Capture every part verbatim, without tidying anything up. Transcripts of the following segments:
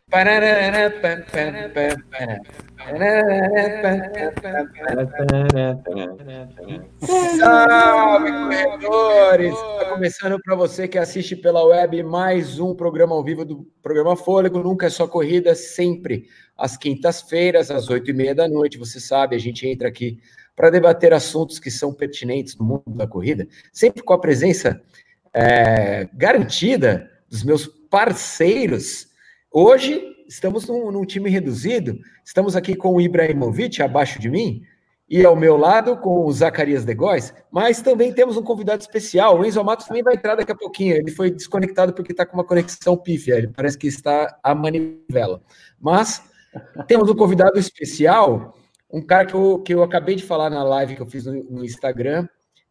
Salve, corredores! Está começando para você que assiste pela web mais um programa ao vivo do programa Fôlego. Nunca é só corrida, sempre às quintas-feiras, às oito e meia da noite. Você sabe, a gente entra aqui para debater assuntos que são pertinentes no mundo da corrida, sempre com a presença é, garantida dos meus parceiros. Hoje estamos num, num time reduzido, estamos aqui com o Ibrahimovic abaixo de mim, e ao meu lado com o Zacarias de Góes, mas também temos um convidado especial, o Enzo Matos também vai entrar daqui a pouquinho, ele foi desconectado porque está com uma conexão pífia, ele parece que está à manivela, mas temos um convidado especial, um cara que eu, que eu acabei de falar na live que eu fiz no, no Instagram,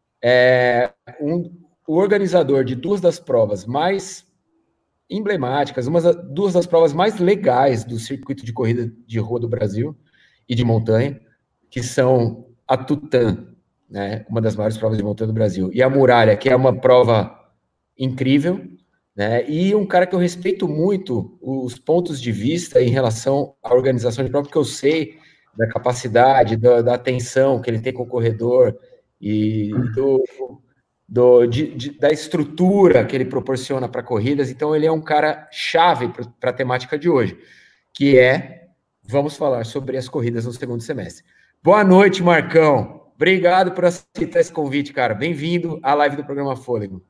é um, o organizador de duas das provas mais emblemáticas, uma, duas das provas mais legais do circuito de corrida de rua do Brasil e de montanha, que são a Tutã, né, uma das maiores provas de montanha do Brasil, e a Muralha, que é uma prova incrível, né, e um cara que eu respeito muito os pontos de vista em relação à organização de prova, porque eu sei da capacidade, da, da atenção que ele tem com o corredor e do... Do, de, de, da estrutura que ele proporciona para corridas, então ele é um cara chave para a temática de hoje, que é, vamos falar sobre as corridas no segundo semestre. Boa noite, Marcão, obrigado por aceitar esse convite, cara, bem-vindo à live do programa Fôlego.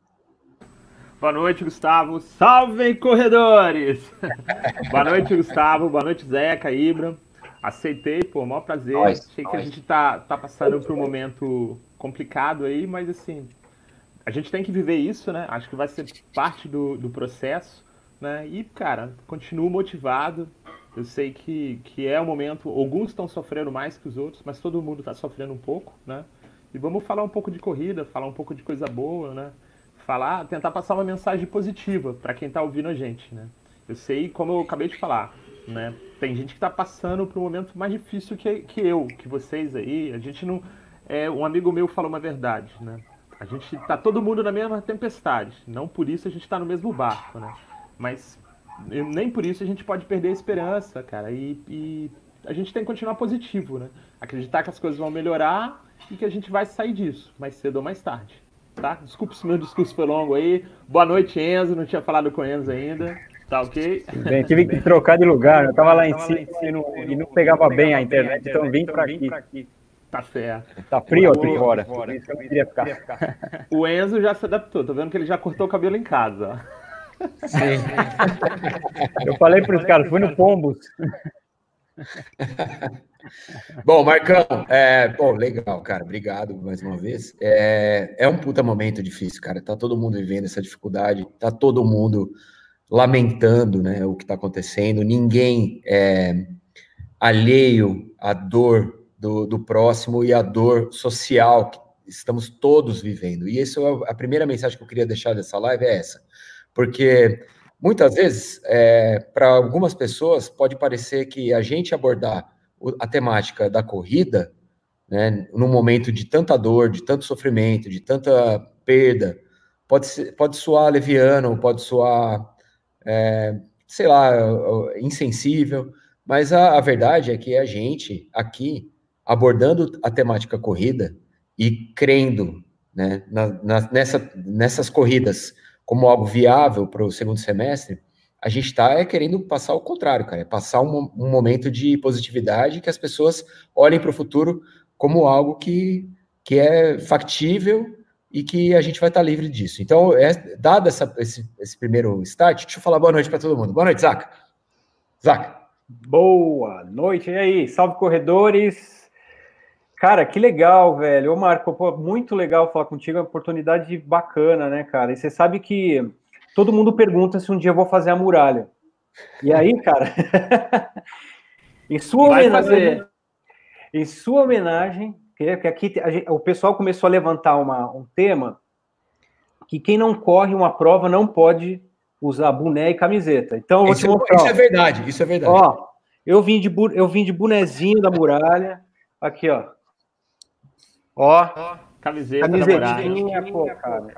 Boa noite, Gustavo, salve corredores! Boa noite, Gustavo, boa noite, Zeca, Ibra, aceitei, pô, maior prazer, nós, achei nós. que a gente tá, tá passando por um momento complicado aí, mas assim... A gente tem que viver isso, né? Acho que vai ser parte do, do processo, né? E, cara, continuo motivado. Eu sei que, que é um momento... Alguns estão sofrendo mais que os outros, mas todo mundo está sofrendo um pouco, né? E vamos falar um pouco de corrida, falar um pouco de coisa boa, né? Falar, tentar passar uma mensagem positiva para quem está ouvindo a gente, né? Eu sei, como eu acabei de falar, né? Tem gente que está passando por um momento mais difícil que, que eu, que vocês aí. A gente não... É, um amigo meu falou uma verdade, né? A gente tá todo mundo na mesma tempestade, não por isso a gente tá no mesmo barco, né? Mas nem por isso a gente pode perder a esperança, cara, e, e a gente tem que continuar positivo, né? Acreditar que as coisas vão melhorar e que a gente vai sair disso, mais cedo ou mais tarde, tá? Desculpa se meu discurso foi longo aí, boa noite, Enzo, não tinha falado com o Enzo ainda, tá ok? Bem, tive que trocar de lugar, eu tava lá em cima e não, e não pegava bem a internet, então vim pra aqui. Tá certo. Tá frio aqui fora. Por isso que eu não queria ficar. O Enzo já se adaptou. Tô vendo que ele já cortou o cabelo em casa. Sim. Eu falei para os caras, fui no Pombos. Bom, Marcão, é, bom, legal, cara. Obrigado mais uma vez. É, é um puta momento difícil, cara. Tá todo mundo vivendo essa dificuldade. Tá todo mundo lamentando, né, o que tá acontecendo. Ninguém é alheio à dor Do, do próximo e a dor social que estamos todos vivendo. E isso é a primeira mensagem que eu queria deixar dessa live é essa. Porque muitas vezes, é, para algumas pessoas, pode parecer que a gente abordar a temática da corrida, né, num momento de tanta dor, de tanto sofrimento, de tanta perda, pode, ser, pode soar leviano, pode soar, é, sei lá, insensível, mas a, a verdade é que a gente aqui, abordando a temática corrida e crendo, né, na, na, nessa, nessas corridas como algo viável para o segundo semestre, a gente está é, querendo passar o contrário, cara, é passar um, um momento de positividade que as pessoas olhem para o futuro como algo que, que é factível e que a gente vai estar tá livre disso. Então, é, dado essa, esse, esse primeiro start, deixa eu falar boa noite para todo mundo. Boa noite, Zaca. Zaca. Boa noite, e aí? Salve, corredores! Cara, que legal, velho. Ô, Marco, pô, muito legal falar contigo, é uma oportunidade bacana, né, cara? E você sabe que todo mundo pergunta se um dia eu vou fazer a muralha. E aí, cara, em sua Vai homenagem, fazer. em sua homenagem, que aqui a gente, o pessoal começou a levantar uma, um tema que quem não corre uma prova não pode usar boné e camiseta. Então, eu vou isso, te mostrar. Isso é verdade, isso é verdade. Ó, eu vim de, eu vim de bonezinho da muralha. Aqui, ó. Ó. Camiseta Camisetinha, pô, cara.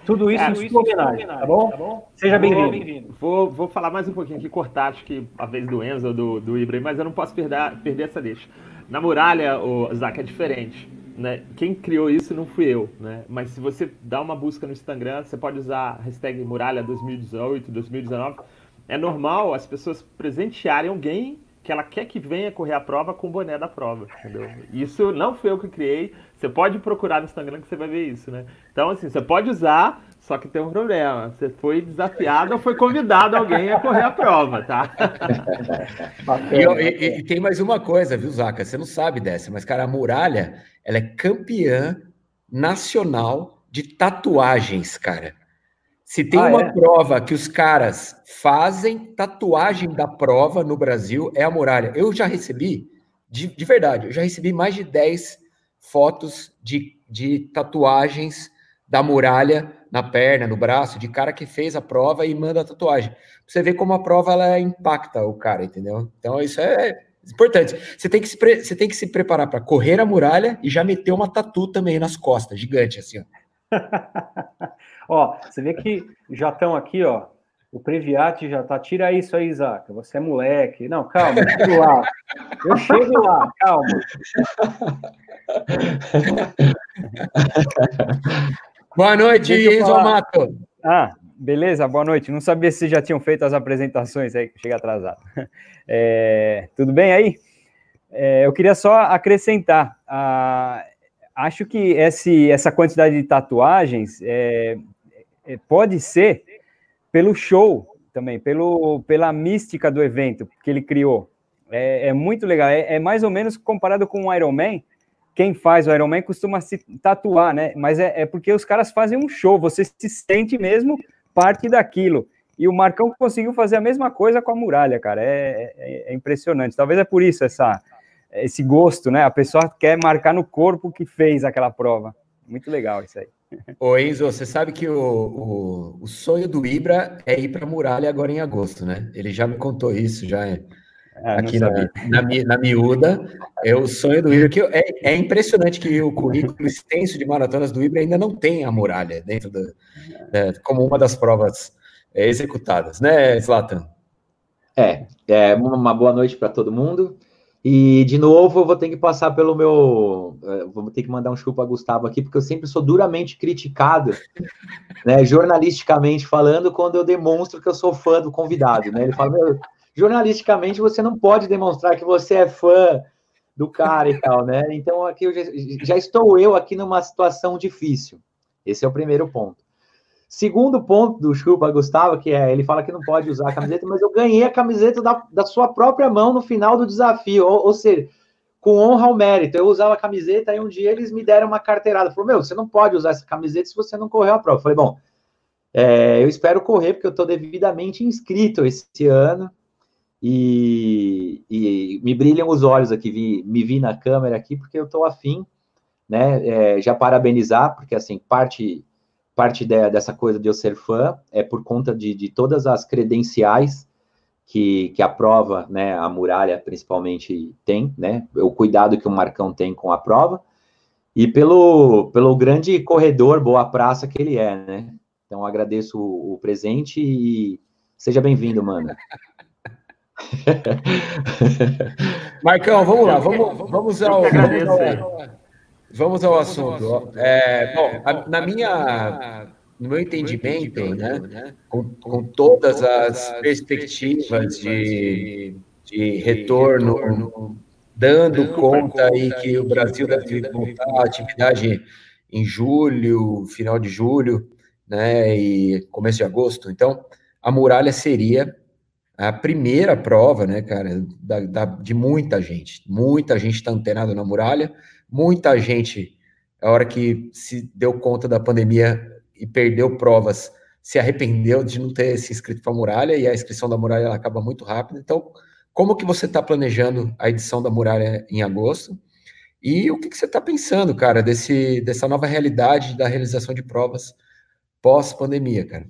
Tudo isso em sua homenagem, tá bom? Tá bom? Seja bem-vindo. Vou, vou falar mais um pouquinho aqui, cortar, acho que a vez do Enzo ou do, do Ibra, mas eu não posso perder, perder essa deixa. Na muralha, o Zac, é diferente. Né? Quem criou isso não fui eu, né? Mas se você dá uma busca no Instagram, você pode usar a hashtag Muralha dois mil e dezoito, dois mil e dezenove. É normal as pessoas presentearem alguém que ela quer que venha correr a prova com o boné da prova, entendeu? Isso não foi eu que criei. Você pode procurar no Instagram que você vai ver isso, né? Então, assim, você pode usar, só que tem um problema. Você foi desafiado ou foi convidado alguém a correr a prova, tá? E, e, e tem mais uma coisa, viu, Zaca? Você não sabe dessa, mas, cara, a Muralha, ela é campeã nacional de tatuagens, cara. Se tem ah, uma é? prova que os caras fazem tatuagem da prova no Brasil, é a Muralha. Eu já recebi, de, de verdade, eu já recebi mais de dez fotos de, de tatuagens da Muralha na perna, no braço, de cara que fez a prova e manda a tatuagem. Pra você ver como a prova ela impacta o cara, entendeu? Então isso é importante. Você tem que se, pre, você tem que se preparar para correr a Muralha e já meter uma tatu também nas costas, gigante assim, ó. Ó, você vê que já estão aqui, ó. O Previati já tá. Tira isso aí, Zaca. Você é moleque. Não, calma, eu chego lá. Eu chego lá, calma. Boa noite, Enzo Mato. Ah, beleza, boa noite. Não sabia se já tinham feito as apresentações aí, que chega atrasado. É, tudo bem aí? É, eu queria só acrescentar. A, acho que esse, essa quantidade de tatuagens é, é, pode ser pelo show também, pelo, pela mística do evento que ele criou. É, é muito legal. É, é mais ou menos comparado com o Iron Man. Quem faz o Iron Man costuma se tatuar, né? Mas é, é porque os caras fazem um show, você se sente mesmo parte daquilo. E o Marcão conseguiu fazer a mesma coisa com a Muralha, cara. É, é, é impressionante. Talvez é por isso essa, esse gosto, né? A pessoa quer marcar no corpo que fez aquela prova. Muito legal isso aí. Ô Enzo, você sabe que o, o, o sonho do Ibra é ir para a Muralha agora em agosto, né? Ele já me contou isso, já é. Ah, aqui na, na, na miúda, é o sonho do Ibra, que é, é impressionante que o currículo extenso de maratonas do Ibra ainda não tem a Muralha dentro da, é, como uma das provas é, executadas, né, Zlatan? É, é uma boa noite para todo mundo, e de novo eu vou ter que passar pelo meu, vou ter que mandar um chupa a Gustavo aqui, porque eu sempre sou duramente criticado, né, jornalisticamente falando, quando eu demonstro que eu sou fã do convidado, né, ele fala, meu, jornalisticamente você não pode demonstrar que você é fã do cara e tal, né? Então aqui eu já, já estou eu aqui numa situação difícil. Esse é o primeiro ponto. Segundo ponto do Chupa Gustavo, que é, ele fala que não pode usar a camiseta, mas eu ganhei a camiseta da, da sua própria mão no final do desafio, ou, ou seja, com honra ao mérito. Eu usava a camiseta e um dia eles me deram uma carteirada. Falaram, meu, você não pode usar essa camiseta se você não correu a prova. Eu falei, bom, é, eu espero correr, porque eu estou devidamente inscrito esse ano. E, e me brilham os olhos aqui, vi, me vi na câmera aqui, porque eu estou afim, né, é, já parabenizar, porque, assim, parte, parte de, dessa coisa de eu ser fã é por conta de, de todas as credenciais que, que a prova, né, a Muralha, principalmente, tem, né, o cuidado que o Marcão tem com a prova, e pelo, pelo grande corredor, boa praça que ele é, né, então agradeço o, o presente e seja bem-vindo, mano. Marcão, vamos lá, vamos, vamos ao, vamos ao, vamos ao assunto. É, bom, a, na minha, no meu entendimento, né, com, com todas as perspectivas de, de retorno, dando conta aí que o Brasil deve voltar à atividade em julho, final de julho, né, e começo de agosto, então a Muralha seria a primeira prova, né, cara, da, da, de muita gente. Muita gente está antenada na Muralha, muita gente, a hora que se deu conta da pandemia e perdeu provas, se arrependeu de não ter se inscrito para a Muralha, e a inscrição da Muralha ela acaba muito rápido. Então, como que você está planejando a edição da Muralha em agosto? E o que, que você está pensando, cara, desse, dessa nova realidade da realização de provas pós-pandemia, cara?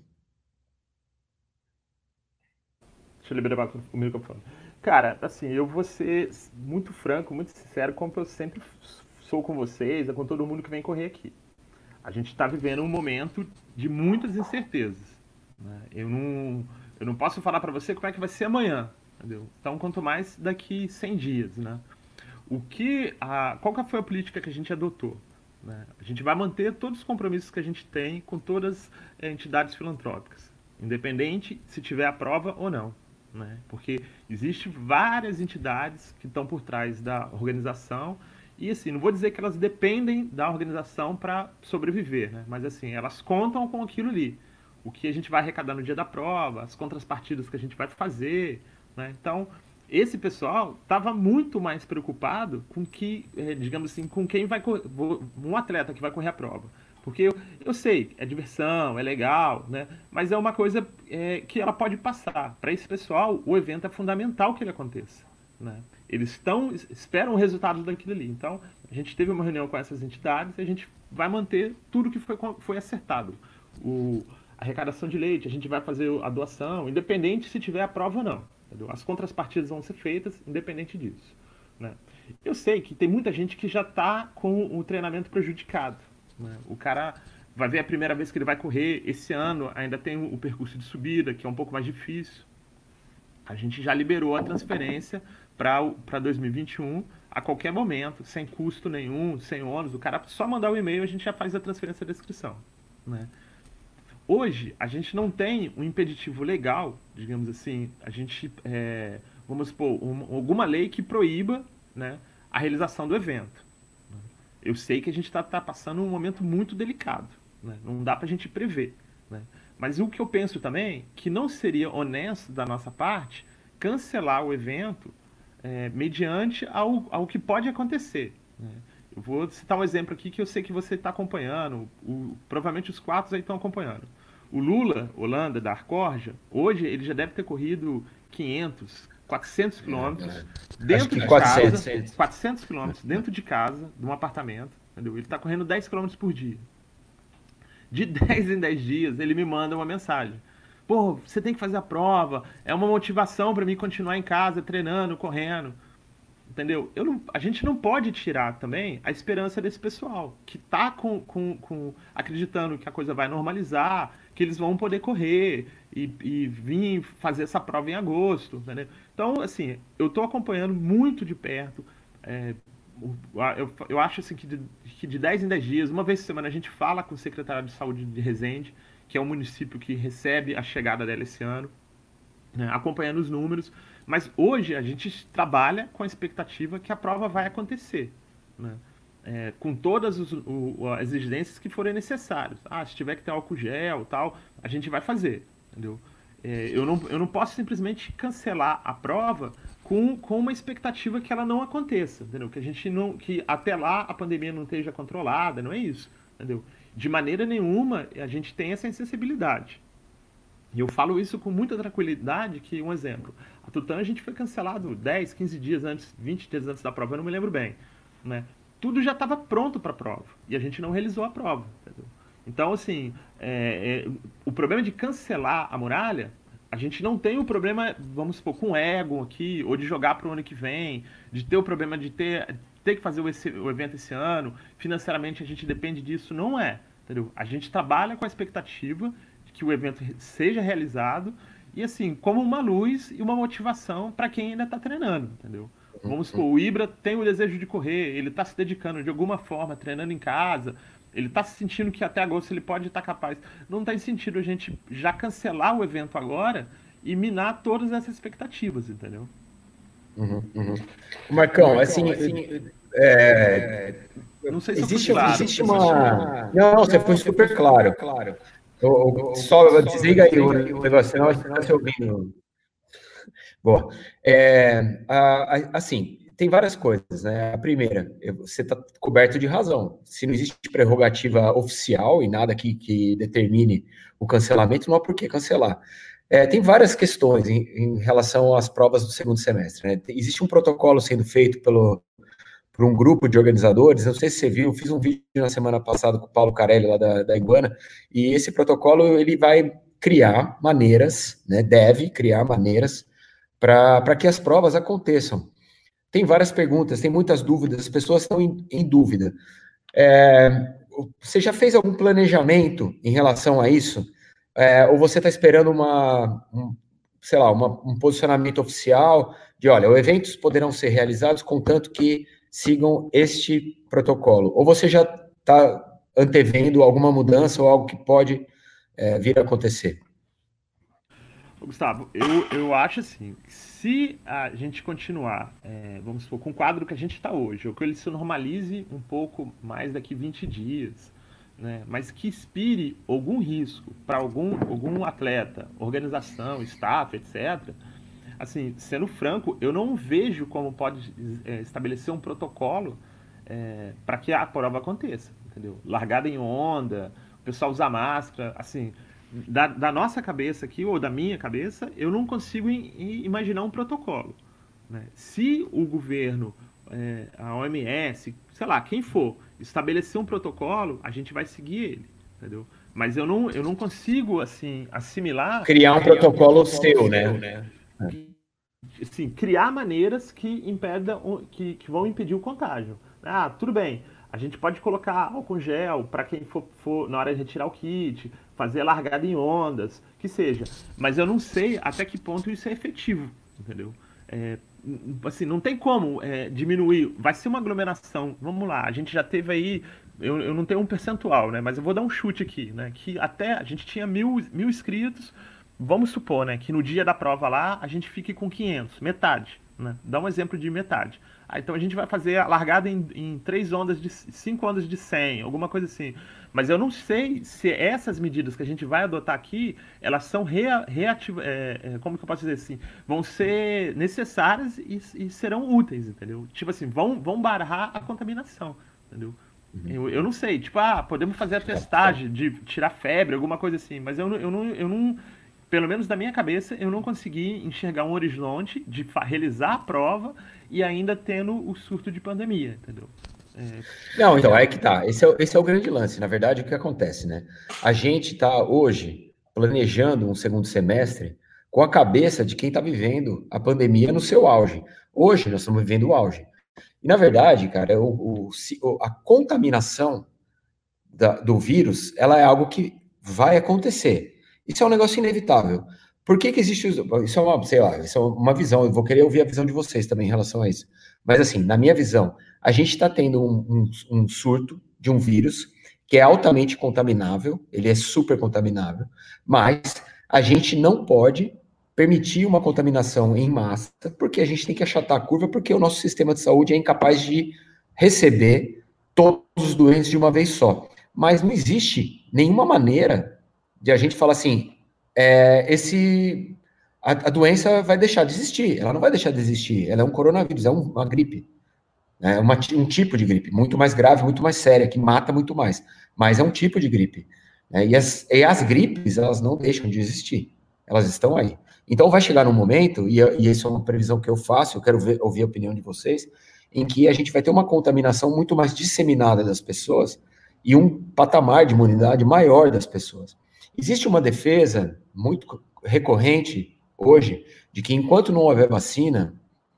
Deixa eu liberar o microfone. Cara, assim, eu vou ser muito franco, muito sincero, como eu sempre sou com vocês, com todo mundo que vem correr aqui. A gente está vivendo um momento de muitas incertezas, né? Eu não, eu não posso falar para você como é que vai ser amanhã, entendeu? Então, quanto mais daqui cem dias, né? O que a, qual que foi a política que a gente adotou, né? A gente vai manter todos os compromissos que a gente tem com todas as entidades filantrópicas, independente se tiver a prova ou não, né? Porque existem várias entidades que estão por trás da organização e, assim, não vou dizer que elas dependem da organização para sobreviver, né? Mas, assim, elas contam com aquilo ali. O que a gente vai arrecadar no dia da prova, as contrapartidas que a gente vai fazer, né? Então, esse pessoal estava muito mais preocupado com que, digamos assim, com quem vai correr, um atleta que vai correr a prova. Porque eu, eu sei, é diversão, é legal, né? Mas é uma coisa é, que ela pode passar. Para esse pessoal, o evento é fundamental que ele aconteça, né? Eles estão, esperam o resultado daquilo ali. Então, a gente teve uma reunião com essas entidades e a gente vai manter tudo que foi, foi acertado. O, a arrecadação de leite, a gente vai fazer a doação, independente se tiver a prova ou não. Entendeu? As contrapartidas vão ser feitas, independente disso, né? Eu sei que tem muita gente que já está com o treinamento prejudicado, né? O cara vai ver a primeira vez que ele vai correr. Esse ano ainda tem o percurso de subida, que é um pouco mais difícil. A gente já liberou a transferência para dois mil e vinte e um a qualquer momento, sem custo nenhum, sem ônus. O cara só mandar o e-mail, a gente já faz a transferência da inscrição, né? Hoje, a gente não tem um impeditivo legal, digamos assim, a gente, é, vamos supor, um, alguma lei que proíba, né, a realização do evento. Eu sei que a gente está tá passando um momento muito delicado, né? Não dá para a gente prever, né? Mas o que eu penso também, que não seria honesto da nossa parte cancelar o evento é, mediante ao, ao que pode acontecer, né? Eu vou citar um exemplo aqui que eu sei que você está acompanhando, o, provavelmente os quatro aí estão acompanhando. O Lula, Holanda, da Arcorja, hoje ele já deve ter corrido quinhentos, quatrocentos quilômetros é, é. dentro de quatrocentos. Casa, quatrocentos quilômetros dentro de casa, de um apartamento, entendeu? Ele está correndo dez quilômetros por dia. De dez em dez dias, ele me manda uma mensagem. Pô, você tem que fazer a prova, é uma motivação para mim continuar em casa, treinando, correndo. Entendeu? Eu não, a gente não pode tirar também a esperança desse pessoal que está com, com, com, acreditando que a coisa vai normalizar, que eles vão poder correr e, e vir fazer essa prova em agosto, entendeu? Então, assim, eu estou acompanhando muito de perto. É, eu, eu acho assim, que, de, que de dez em dez dias, uma vez por semana, a gente fala com o secretário de saúde de Resende, que é o município que recebe a chegada dela esse ano, né, acompanhando os números. Mas hoje a gente trabalha com a expectativa que a prova vai acontecer, né? É, com todas os, o, as exigências que forem necessárias. Ah, se tiver que ter álcool gel tal, a gente vai fazer, entendeu? É, eu, não, eu não posso simplesmente cancelar a prova com, com uma expectativa que ela não aconteça, entendeu? Que a gente não, que até lá a pandemia não esteja controlada, não é isso, entendeu? De maneira nenhuma a gente tem essa insensibilidade. E eu falo isso com muita tranquilidade, que, um exemplo, a Tutã a gente foi cancelado dez, quinze dias antes, vinte dias antes da prova, eu não me lembro bem, né? Tudo já estava pronto para a prova, e a gente não realizou a prova, entendeu? Então, assim, é, é, o problema de cancelar a muralha, a gente não tem o problema, vamos supor, com ego aqui, ou de jogar para o ano que vem, de ter o problema de ter, ter que fazer o, esse, o evento esse ano, financeiramente a gente depende disso, não é, entendeu? A gente trabalha com a expectativa que o evento seja realizado e, assim, como uma luz e uma motivação para quem ainda está treinando, entendeu? Vamos supor, o Ibra tem o desejo de correr, ele está se dedicando de alguma forma, treinando em casa, ele está se sentindo que até agosto ele pode estar capaz. Não tem sentido a gente já cancelar o evento agora e minar todas essas expectativas, entendeu? Uhum, uhum. Marcão, assim, assim é, não sei se existe, eu fui claro, existe uma... Não, você foi super claro, claro. Eu, eu, só, só desliga aí o negócio, senão está se ouvindo. Boa. É, a, a, assim, tem várias coisas, né? A primeira, você está coberto de razão. Se não existe prerrogativa oficial e nada que, que determine o cancelamento, não há por que cancelar. É, tem várias questões em, em relação às provas do segundo semestre, né? Existe um protocolo sendo feito pelo por um grupo de organizadores, não sei se você viu, eu fiz um vídeo na semana passada com o Paulo Carelli, lá da, da Iguana, e esse protocolo, ele vai criar maneiras, né, deve criar maneiras para que as provas aconteçam. Tem várias perguntas, tem muitas dúvidas, as pessoas estão em, em dúvida. É, você já fez algum planejamento em relação a isso? É, ou você está esperando uma, um, sei lá, uma, um posicionamento oficial de, olha, os eventos poderão ser realizados contanto que sigam este protocolo? Ou você já está antevendo alguma mudança ou algo que pode é, vir a acontecer? Gustavo, eu, eu acho assim, se a gente continuar, é, vamos supor, com o quadro que a gente está hoje, ou que ele se normalize um pouco mais daqui vinte dias, né, mas que inspire algum risco para algum, algum atleta, organização, staff, etcétera, assim, sendo franco, eu não vejo como pode é, estabelecer um protocolo é, para que a prova aconteça, entendeu? Largada em onda, o pessoal usar máscara, assim... Da, da nossa cabeça aqui, ou da minha cabeça, eu não consigo in, imaginar um protocolo, né? Se o governo, é, a O M S, sei lá, quem for, estabelecer um protocolo, a gente vai seguir ele, entendeu? Mas eu não, eu não consigo, assim, assimilar... Criar um criar protocolo, um protocolo seu, seu, né? né? Assim, criar maneiras que, impedam, que, que vão impedir o contágio. Ah, tudo bem. A gente pode colocar álcool gel para quem for, for na hora de retirar o kit, fazer largada em ondas, que seja. Mas eu não sei até que ponto isso é efetivo, entendeu? É, assim, não tem como é, diminuir. Vai ser uma aglomeração. Vamos lá, a gente já teve aí, eu, eu não tenho um percentual, né? Mas eu vou dar um chute aqui, né? Que até a gente tinha mil, mil inscritos. Vamos supor, né? Que no dia da prova lá a gente fique com quinhentos, metade, né? Dá um exemplo de metade. Ah, então a gente vai fazer a largada em, em três ondas de cinco ondas de cem, alguma coisa assim. Mas eu não sei se essas medidas que a gente vai adotar aqui, elas são rea, reativas, é, é, como que eu posso dizer assim, vão ser necessárias e, e serão úteis, entendeu? Tipo assim, vão, vão barrar a contaminação, entendeu? Uhum. Eu, eu não sei, tipo, ah, podemos fazer a testagem de tirar febre, alguma coisa assim, mas eu, eu não... Eu não pelo menos da minha cabeça, eu não consegui enxergar um horizonte de realizar a prova e ainda tendo o surto de pandemia, entendeu? É... Não, então, é que tá. Esse é, esse é o grande lance. Na verdade, o que acontece, né? A gente está hoje planejando um segundo semestre com a cabeça de quem está vivendo a pandemia no seu auge. Hoje, nós estamos vivendo o auge. E, na verdade, cara, o, o, a contaminação da, do vírus, ela é algo que vai acontecer. Isso é um negócio inevitável. Por que que existe isso? Isso é uma, sei lá, isso é uma visão, eu vou querer ouvir a visão de vocês também em relação a isso. Mas assim, na minha visão, a gente está tendo um, um, um surto de um vírus que é altamente contaminável, ele é super contaminável, mas a gente não pode permitir uma contaminação em massa, porque a gente tem que achatar a curva, porque o nosso sistema de saúde é incapaz de receber todos os doentes de uma vez só. Mas não existe nenhuma maneira de a gente falar assim, é, esse, a, a doença vai deixar de existir. Ela não vai deixar de existir. Ela é um coronavírus, é um, uma gripe. É uma, um tipo de gripe, muito mais grave, muito mais séria, que mata muito mais. Mas é um tipo de gripe. Né? E, as, e as gripes, elas não deixam de existir. Elas estão aí. Então vai chegar num momento, e, e isso é uma previsão que eu faço, eu quero ver, ouvir a opinião de vocês, em que a gente vai ter uma contaminação muito mais disseminada das pessoas e um patamar de imunidade maior das pessoas. Existe uma defesa muito recorrente hoje de que enquanto não houver vacina,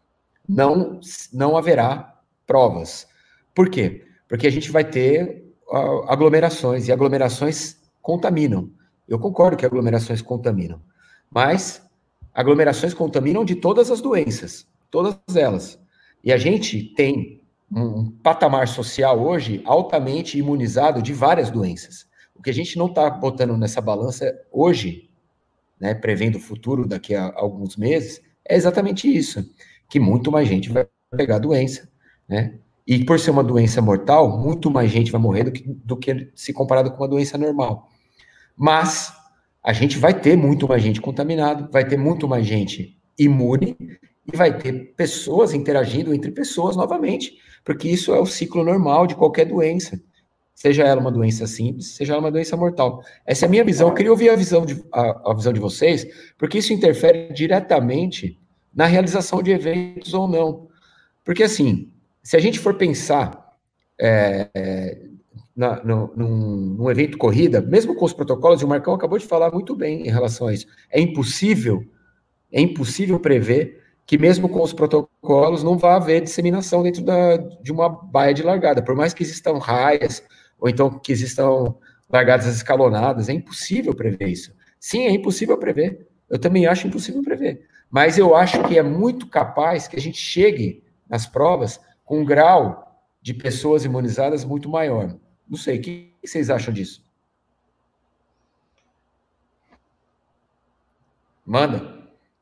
não, não haverá provas. Por quê? Porque a gente vai ter uh, aglomerações, e aglomerações contaminam. Eu concordo que aglomerações contaminam, mas aglomerações contaminam de todas as doenças, todas elas. E a gente tem um patamar social hoje altamente imunizado de várias doenças. O que a gente não está botando nessa balança hoje, né, prevendo o futuro daqui a alguns meses, é exatamente isso, que muito mais gente vai pegar a doença, né? E por ser uma doença mortal, muito mais gente vai morrer do que, do que se comparado com uma doença normal. Mas a gente vai ter muito mais gente contaminada, vai ter muito mais gente imune e vai ter pessoas interagindo entre pessoas novamente, porque isso é o ciclo normal de qualquer doença. Seja ela uma doença simples, seja ela uma doença mortal. Essa é a minha visão. Eu queria ouvir a visão de, a, a visão de vocês, porque isso interfere diretamente na realização de eventos ou não. Porque, assim, se a gente for pensar é, é, na, no, num, num evento corrida, mesmo com os protocolos, e o Marcão acabou de falar muito bem em relação a isso, é impossível, é impossível prever que mesmo com os protocolos não vai haver disseminação dentro da, de uma baia de largada. Por mais que existam raias, ou então que existam largadas escalonadas. É impossível prever isso. Sim, é impossível prever. Eu também acho impossível prever. Mas eu acho que é muito capaz que a gente chegue nas provas com um grau de pessoas imunizadas muito maior. Não sei, o que vocês acham disso? Manda.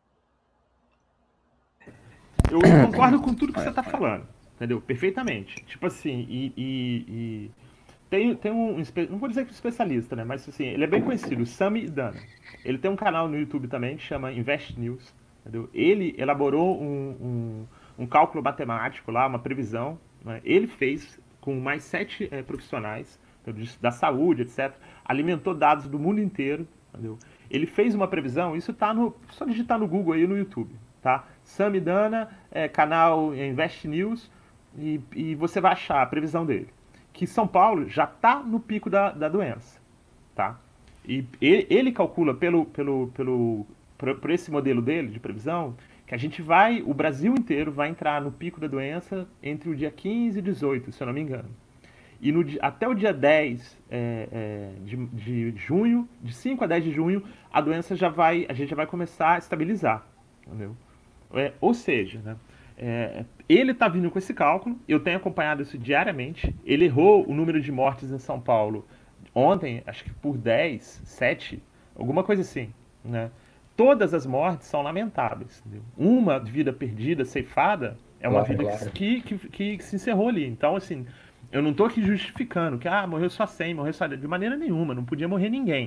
Eu concordo com tudo que você está falando, entendeu? Perfeitamente. Tipo assim, e... e, e... Tem, tem um, não vou dizer que é especialista, né? Mas assim, ele é bem conhecido, o Sami Dana. Ele tem um canal no YouTube também que chama Invest News, entendeu? Ele elaborou um, um, um cálculo matemático lá, uma previsão, né? Ele fez com mais sete é, profissionais, entendeu? Da saúde, etcétera. Alimentou dados do mundo inteiro, entendeu? Ele fez uma previsão, isso tá no... Só digitar no Google aí no YouTube, tá? Sami Dana, é, canal Invest News, e, e você vai achar a previsão dele. Que São Paulo já está no pico da, da doença, tá? E ele, ele calcula pelo, pelo, pelo, por, por esse modelo dele de previsão, que a gente vai, o Brasil inteiro vai entrar no pico da doença entre o dia quinze e dezoito, se eu não me engano. E no, até o dia dez é, é, de, de junho, de cinco a dez de junho, a doença já vai, a gente já vai começar a estabilizar, entendeu? É, ou seja, né? É, ele está vindo com esse cálculo, eu tenho acompanhado isso diariamente. Ele errou o número de mortes em São Paulo ontem, acho que por dez, sete, alguma coisa assim, né? Todas as mortes são lamentáveis, entendeu? Uma vida perdida, ceifada, é uma claro, vida claro. Que, que, que, que se encerrou ali. Então, assim, eu não estou aqui justificando que ah, morreu só cem, morreu só... De maneira nenhuma, não podia morrer ninguém.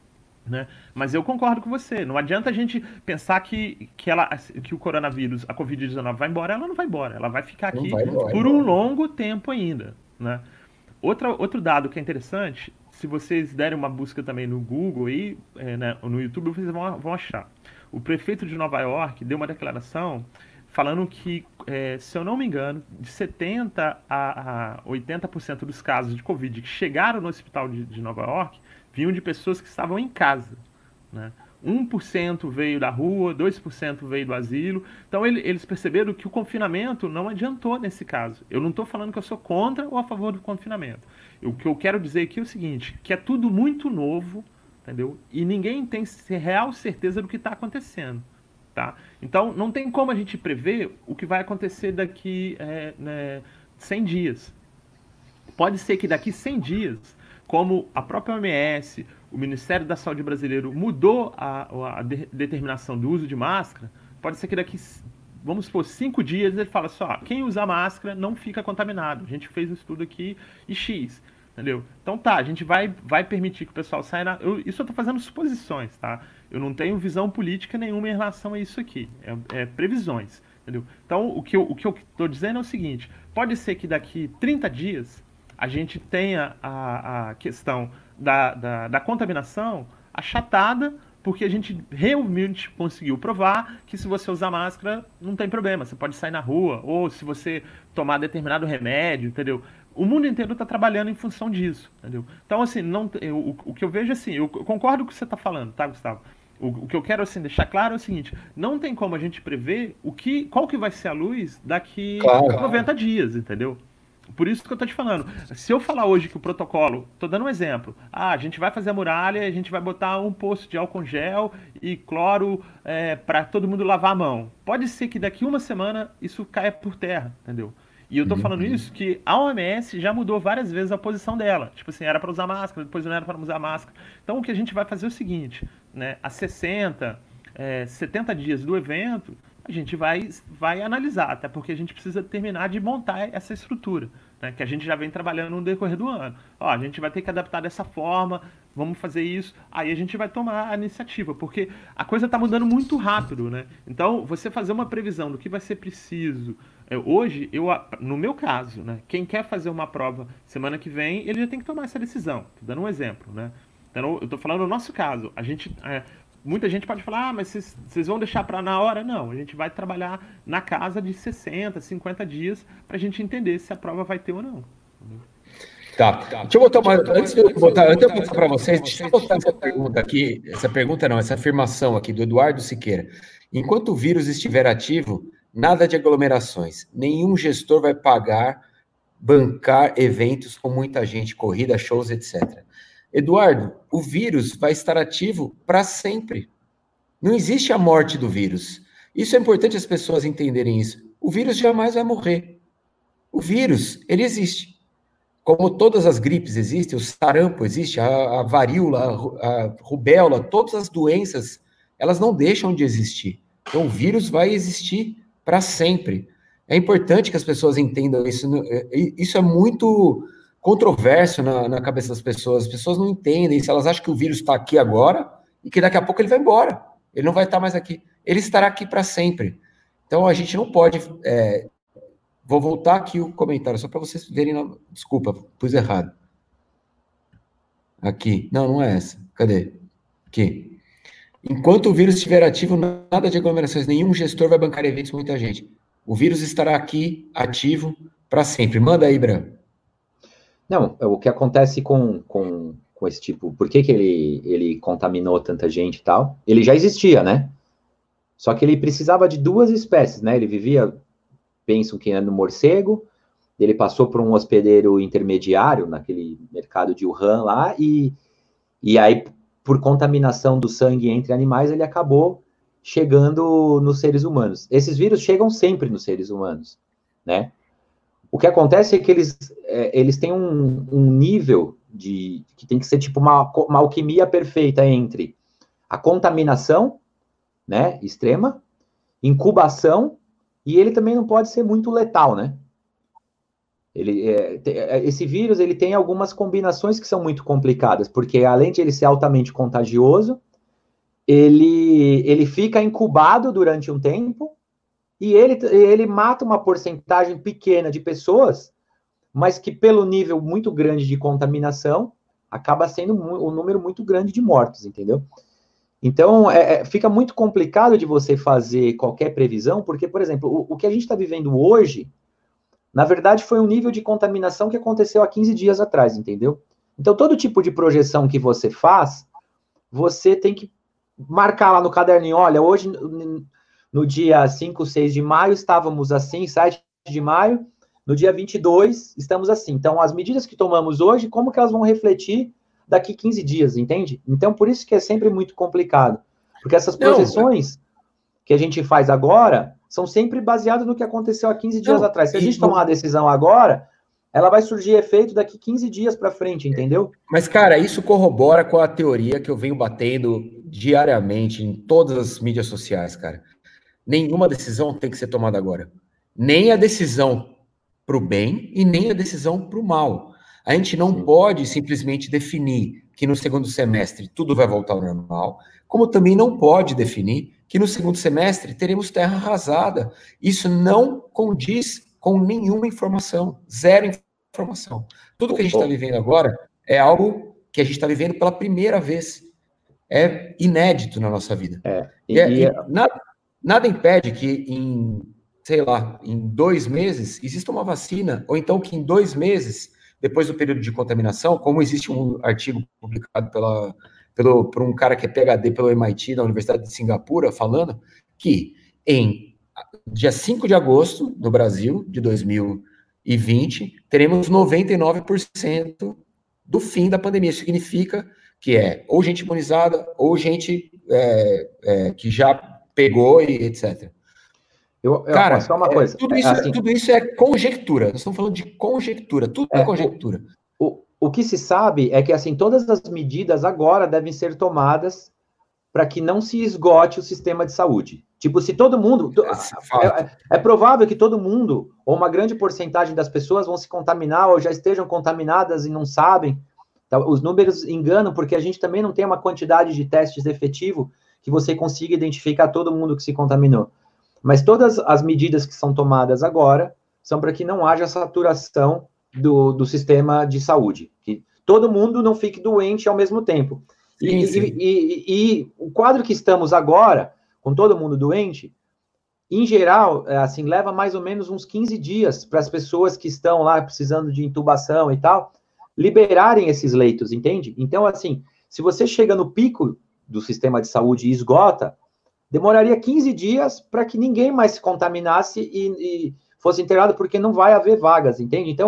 Né? Mas eu concordo com você, não adianta a gente pensar que, que, ela, que o coronavírus, a covid dezenove vai embora, ela não vai embora, ela vai ficar aqui vai embora, por um longo tempo ainda, né? Outra, outro dado que é interessante, se vocês derem uma busca também no Google e é, né, no YouTube, vocês vão, vão achar. O prefeito de Nova York deu uma declaração falando que, é, se eu não me engano, de setenta a oitenta por cento dos casos de Covid que chegaram no hospital de, de Nova York vinham de pessoas que estavam em casa, né? um por cento veio da rua, dois por cento veio do asilo. Então ele, eles perceberam que o confinamento não adiantou nesse caso. Eu não estou falando que eu sou contra ou a favor do confinamento. O que eu quero dizer aqui é o seguinte, que é tudo muito novo, entendeu? E ninguém tem real certeza do que está acontecendo, tá? Então não tem como a gente prever o que vai acontecer daqui é, né, cem dias. Pode ser que daqui cem dias, como a própria O M S, o Ministério da Saúde brasileiro mudou a, a de, determinação do uso de máscara, pode ser que daqui, vamos supor, cinco dias ele fala só, quem usa máscara não fica contaminado. A gente fez um estudo aqui e X, entendeu? Então tá, a gente vai, vai permitir que o pessoal saia na... Eu, isso eu tô fazendo suposições, tá? Eu não tenho visão política nenhuma em relação a isso aqui. É, é previsões, entendeu? Então o que, eu, o que eu tô dizendo é o seguinte, pode ser que daqui trinta dias a gente tenha a, a questão da, da, da contaminação achatada, porque a gente realmente conseguiu provar que se você usar máscara não tem problema, você pode sair na rua, ou se você tomar determinado remédio, entendeu? O mundo inteiro está trabalhando em função disso, entendeu? Então, assim, não, eu, o, o que eu vejo, assim, eu concordo com o que você está falando, tá, Gustavo? O, o que eu quero, assim, deixar claro é o seguinte, não tem como a gente prever o que, qual que vai ser a luz daqui claro, noventa claro. dias, entendeu? Por isso que eu tô te falando. Se eu falar hoje que o protocolo, tô dando um exemplo, ah, a gente vai fazer a muralha, a gente vai botar um poço de álcool gel e cloro é, para todo mundo lavar a mão. Pode ser que daqui uma semana isso caia por terra, entendeu? E eu tô falando isso que a O M S já mudou várias vezes a posição dela. Tipo assim, era para usar máscara, depois não era para usar máscara. Então o que a gente vai fazer é o seguinte, né? A sessenta, é, setenta dias do evento, a gente vai, vai analisar, até porque a gente precisa terminar de montar essa estrutura, né, que a gente já vem trabalhando no decorrer do ano. Ó, a gente vai ter que adaptar dessa forma, vamos fazer isso, aí a gente vai tomar a iniciativa, porque a coisa está mudando muito rápido, né? Então, você fazer uma previsão do que vai ser preciso, é, hoje, eu, no meu caso, né, quem quer fazer uma prova semana que vem, ele já tem que tomar essa decisão. Tô dando um exemplo, né? Então, eu tô falando no nosso caso, a gente... É, muita gente pode falar, ah, mas vocês, vocês vão deixar para na hora? Não, a gente vai trabalhar na casa de sessenta, cinquenta dias para a gente entender se a prova vai ter ou não. Tá, deixa eu botar uma... Antes de eu botar, antes de eu botar para vocês, deixa eu botar essa pergunta aqui, essa pergunta não, essa afirmação aqui do Eduardo Siqueira. Enquanto o vírus estiver ativo, nada de aglomerações. Nenhum gestor vai pagar bancar eventos com muita gente, corrida, shows, etcétera. Eduardo, o vírus vai estar ativo para sempre. Não existe a morte do vírus. Isso é importante as pessoas entenderem isso. O vírus jamais vai morrer. O vírus, ele existe. Como todas as gripes existem, o sarampo existe, a, a varíola, a, a rubéola, todas as doenças, elas não deixam de existir. Então, o vírus vai existir para sempre. É importante que as pessoas entendam isso. Isso é muito controverso na, na cabeça das pessoas. As pessoas não entendem isso. Elas acham que o vírus está aqui agora e que daqui a pouco ele vai embora. Ele não vai estar mais aqui. Ele estará aqui para sempre. Então, a gente não pode... É... Vou voltar aqui o comentário, só para vocês verem... Na... Desculpa, pus errado. Aqui. Não, não é essa. Cadê? Aqui. Enquanto o vírus estiver ativo, nada de aglomerações. Nenhum gestor vai bancar eventos com muita gente. O vírus estará aqui, ativo, para sempre. Manda aí, Bran. Não, o que acontece com, com, com esse tipo... Por que, que ele, ele contaminou tanta gente e tal? Ele já existia, né? Só que ele precisava de duas espécies, né? Ele vivia... Pensam que é no morcego, ele passou por um hospedeiro intermediário, naquele mercado de Wuhan lá, e, e aí, por contaminação do sangue entre animais, ele acabou chegando nos seres humanos. Esses vírus chegam sempre nos seres humanos, né? O que acontece é que eles, é, eles têm um, um nível de... que tem que ser tipo uma, uma alquimia perfeita entre a contaminação, né, extrema, incubação, e ele também não pode ser muito letal, né? Ele, é, esse vírus, ele tem algumas combinações que são muito complicadas, porque além de ele ser altamente contagioso, ele, ele fica incubado durante um tempo, e ele, ele mata uma porcentagem pequena de pessoas, mas que pelo nível muito grande de contaminação, acaba sendo um número muito grande de mortos, entendeu? Então, é, fica muito complicado de você fazer qualquer previsão, porque, por exemplo, o, o que a gente está vivendo hoje, na verdade, foi um nível de contaminação que aconteceu há quinze dias atrás, entendeu? Então, todo tipo de projeção que você faz, você tem que marcar lá no caderninho, olha, hoje, no, no dia cinco, seis de maio, estávamos assim, sete de maio, no dia vinte e dois, estamos assim. Então, as medidas que tomamos hoje, como que elas vão refletir daqui quinze dias, entende? Então, por isso que é sempre muito complicado. Porque essas projeções não, que a gente faz agora são sempre baseadas no que aconteceu há quinze dias não, atrás. Se a gente tomar uma decisão agora, ela vai surgir efeito daqui quinze dias para frente, entendeu? Mas, cara, isso corrobora com a teoria que eu venho batendo diariamente em todas as mídias sociais, cara. Nenhuma decisão tem que ser tomada agora. Nem a decisão para o bem e nem a decisão para o mal. A gente não Sim. pode simplesmente definir que no segundo semestre tudo vai voltar ao normal, como também não pode definir que no segundo semestre teremos terra arrasada. Isso não condiz com nenhuma informação, zero informação. Tudo que a gente está vivendo agora é algo que a gente está vivendo pela primeira vez. É inédito na nossa vida. É, e, e, é, e nada, nada impede que em, sei lá, em dois meses exista uma vacina, ou então que em dois meses... depois do período de contaminação, como existe um artigo publicado pela, pelo, por um cara que é P H D pelo M I T, da Universidade de Singapura, falando que em dia cinco de agosto, no Brasil, de dois mil e vinte, teremos noventa e nove por cento do fim da pandemia. Isso significa que é ou gente imunizada, ou gente é, é, que já pegou e etcétera. Eu, eu, Cara, só uma é, coisa. Tudo isso, assim, tudo isso é conjectura. Nós estamos falando de conjectura. Tudo é, é conjectura. O, o, o que se sabe é que assim todas as medidas agora devem ser tomadas para que não se esgote o sistema de saúde. Tipo, se todo mundo... É, é, é provável que todo mundo, ou uma grande porcentagem das pessoas vão se contaminar ou já estejam contaminadas e não sabem. Tá? Os números enganam porque a gente também não tem uma quantidade de testes efetivo que você consiga identificar todo mundo que se contaminou. Mas todas as medidas que são tomadas agora são para que não haja saturação do, do sistema de saúde. Que todo mundo não fique doente ao mesmo tempo. Sim, e, sim. E, e, e o quadro que estamos agora, com todo mundo doente, em geral, assim, leva mais ou menos uns quinze dias para as pessoas que estão lá precisando de intubação e tal, liberarem esses leitos, entende? Então, assim, se você chega no pico do sistema de saúde e esgota, demoraria quinze dias para que ninguém mais se contaminasse e, e fosse internado, porque não vai haver vagas, entende? Então,